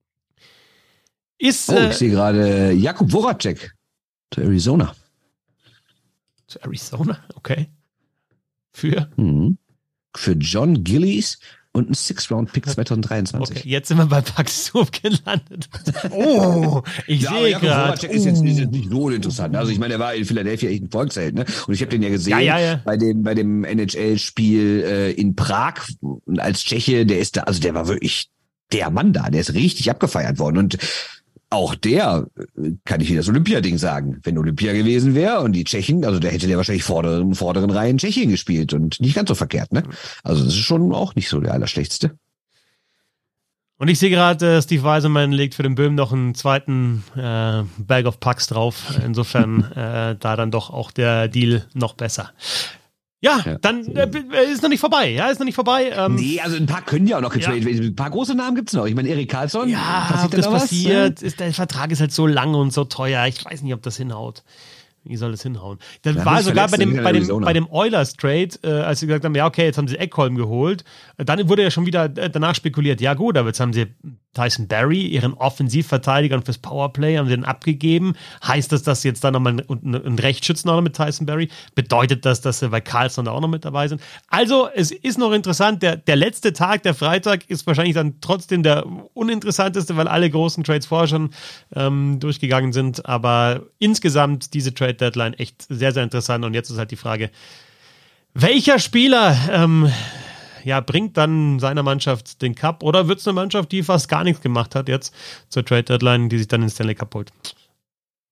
Ist, oh, ich äh, sehe gerade Jakub Voracek zu Arizona. Zu Arizona? Okay. Für? Mhm. Für John Gillies und ein Six-Round-Pick zwanzig dreiundzwanzig. Okay, jetzt sind wir bei Paxsuf gelandet. Oh, ich ja, sehe gerade. Oh. Ist jetzt, ist jetzt nicht so uninteressant. Also ich meine, er war in Philadelphia echt ein Volksheld, ne? Und ich habe den ja gesehen ja, ja, ja. bei dem bei dem N H L-Spiel äh, in Prag als Tscheche. Der ist da, also der war wirklich der Mann da. Der ist richtig abgefeiert worden und auch der, kann ich wieder das Olympia-Ding sagen, wenn Olympia gewesen wäre und die Tschechen, also der hätte der wahrscheinlich vorderen, vorderen Reihen Tschechien gespielt und nicht ganz so verkehrt, ne? Also das ist schon auch nicht so der Allerschlechteste. Und ich sehe gerade, äh, Steve Weiseman legt für den Böhm noch einen zweiten äh, Bag of Pucks drauf. Insofern äh, da dann doch auch der Deal noch besser. Ja, ja, dann äh, ist noch nicht vorbei. Ja, ist noch nicht vorbei. Ähm, nee, also ein paar können ja auch noch getradet werden. Ja. Ein paar große Namen gibt's noch. Ich meine, Erik Karlsson. Ja, ob das passiert. Ist, der Vertrag ist halt so lang und so teuer. Ich weiß nicht, ob das hinhaut. Wie soll das hinhauen? Das ja, war sogar bei dem, bei dem, bei dem Oilers Trade, äh, als sie gesagt haben, ja, okay, jetzt haben sie Ekholm geholt. Dann wurde ja schon wieder danach spekuliert, ja gut, aber jetzt haben sie Tyson Barrie, ihren Offensivverteidiger fürs Powerplay, haben sie den abgegeben. Heißt das, dass sie jetzt da nochmal einen, einen Rechtsschützen noch mit Tyson Barrie? Bedeutet das, dass sie bei Carlson da auch noch mit dabei sind? Also, es ist noch interessant, der, der letzte Tag, der Freitag, ist wahrscheinlich dann trotzdem der uninteressanteste, weil alle großen Trades vorher schon ähm, durchgegangen sind, aber insgesamt diese Trade Deadline echt sehr, sehr interessant. Und jetzt ist halt die Frage, welcher Spieler ähm, ja, bringt dann seiner Mannschaft den Cup oder wird es eine Mannschaft, die fast gar nichts gemacht hat jetzt zur Trade Deadline, die sich dann den Stanley Cup holt?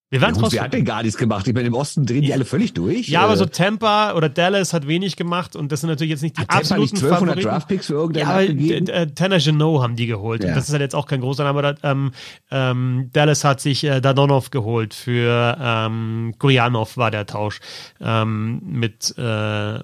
Wir werden ja, gut, wer hat denn gar nichts gemacht? Ich meine, im Osten drehen die alle völlig durch. Ja, aber so Tampa oder Dallas hat wenig gemacht und das sind natürlich jetzt nicht die hat absoluten absoluten Favoriten. Favoriten. Draftpicks für irgendeinen ja, abgegeben? äh, Tanner Jeannot haben die geholt. Ja. Und das ist halt jetzt auch kein großer Name. Aber ähm, ähm, Dallas hat sich äh, Dadonov geholt für ähm, Gurianov war der Tausch ähm, mit äh,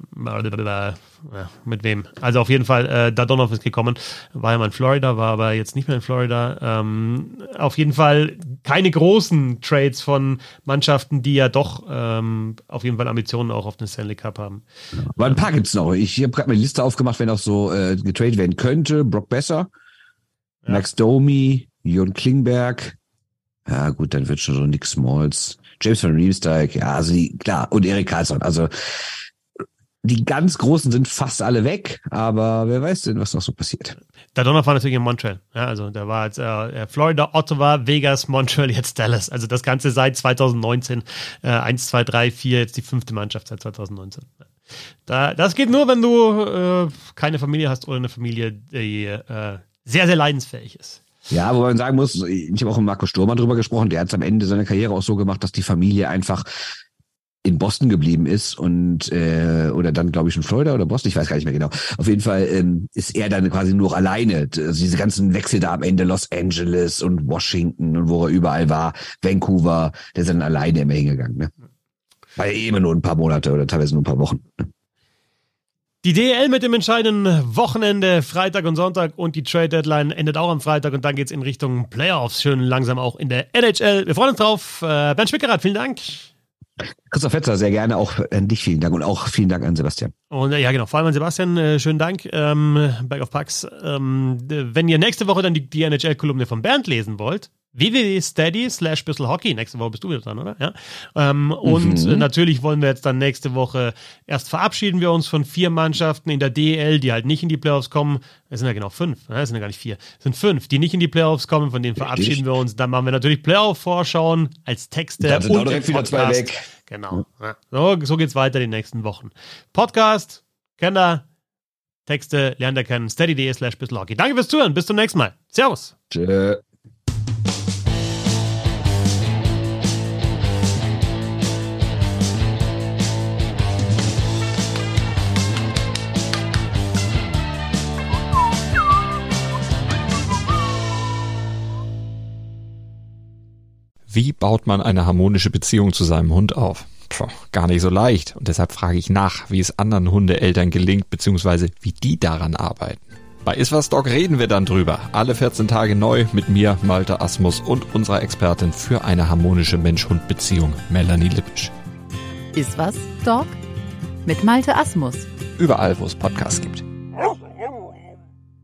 ja, mit wem? Also auf jeden Fall, äh, Dadonov ist gekommen, war ja mal in Florida, war aber jetzt nicht mehr in Florida. Ähm, auf jeden Fall keine großen Trades von Mannschaften, die ja doch ähm, auf jeden Fall Ambitionen auch auf den Stanley Cup haben. Aber ein paar gibt's noch. Ich habe gerade meine Liste aufgemacht, wenn auch so äh, getradet werden könnte. Brock Besser, ja. Max Domi, Jon Klingberg. Ja gut, dann wird schon so Nick Smalls, James van Riemsdyk, ja, also die, klar, und Erik Karlsson. Also die ganz Großen sind fast alle weg, aber wer weiß denn, was noch so passiert. Dadonov war natürlich in Montreal. Ja, also der war jetzt äh, Florida, Ottawa, Vegas, Montreal, jetzt Dallas. Also das Ganze seit zwanzig neunzehn. Äh, eins, zwei, drei, vier, jetzt die fünfte Mannschaft seit zwanzig neunzehn. Da, das geht nur, wenn du äh, keine Familie hast oder eine Familie, die äh, sehr, sehr leidensfähig ist. Ja, wo man sagen muss, ich habe auch mit Marco Sturmann drüber gesprochen, der hat es am Ende seiner Karriere auch so gemacht, dass die Familie einfach in Boston geblieben ist und äh, oder dann glaube ich in Florida oder Boston, ich weiß gar nicht mehr genau. Auf jeden Fall ähm, ist er dann quasi nur noch alleine. Also diese ganzen Wechsel da am Ende, Los Angeles und Washington und wo er überall war, Vancouver, der ist dann alleine immer hingegangen. Ne? Weil eh immer nur ein paar Monate oder teilweise nur ein paar Wochen. Ne? Die D E L mit dem entscheidenden Wochenende, Freitag und Sonntag und die Trade-Deadline endet auch am Freitag und dann geht's in Richtung Playoffs, schön langsam auch in der N H L. Wir freuen uns drauf. Äh, Bernd Schwickerath, vielen Dank. Christoph Fetzer, sehr gerne auch an dich vielen Dank und auch vielen Dank an Sebastian. Und ja, genau, vor allem an Sebastian, äh, schönen Dank. Ähm, Bag of Pucks. Ähm, wenn ihr nächste Woche dann die, die N H L-Kolumne von Bernd lesen wollt, www.steady slash Hockey. Nächste Woche bist du wieder dran, oder? Ja. Ähm, und mhm. natürlich wollen wir jetzt dann nächste Woche, erst verabschieden wir uns von vier Mannschaften in der D E L, die halt nicht in die Playoffs kommen. Es sind ja genau fünf, ne? Es sind ja gar nicht vier. Es sind fünf, die nicht in die Playoffs kommen, von denen verabschieden Richtig. wir uns. Dann machen wir natürlich Playoff-Vorschauen als Texte. Dann sind und auch direkt wieder zwei weg. Genau. Ja. So, so geht's weiter die nächsten Wochen. Podcast, kennt ihr, Texte, lernt ihr kennen, steady.de slash Hockey. Danke fürs Zuhören, bis zum nächsten Mal. Servus. Tschö. Wie baut man eine harmonische Beziehung zu seinem Hund auf? Puh, gar nicht so leicht. Und deshalb frage ich nach, wie es anderen Hundeeltern gelingt, beziehungsweise wie die daran arbeiten. Bei Iswas Dog reden wir dann drüber. Alle vierzehn Tage neu mit mir, Malte Asmus und unserer Expertin für eine harmonische Mensch-Hund-Beziehung, Melanie Lippisch. Iswas Dog mit Malte Asmus. Überall, wo es Podcasts gibt.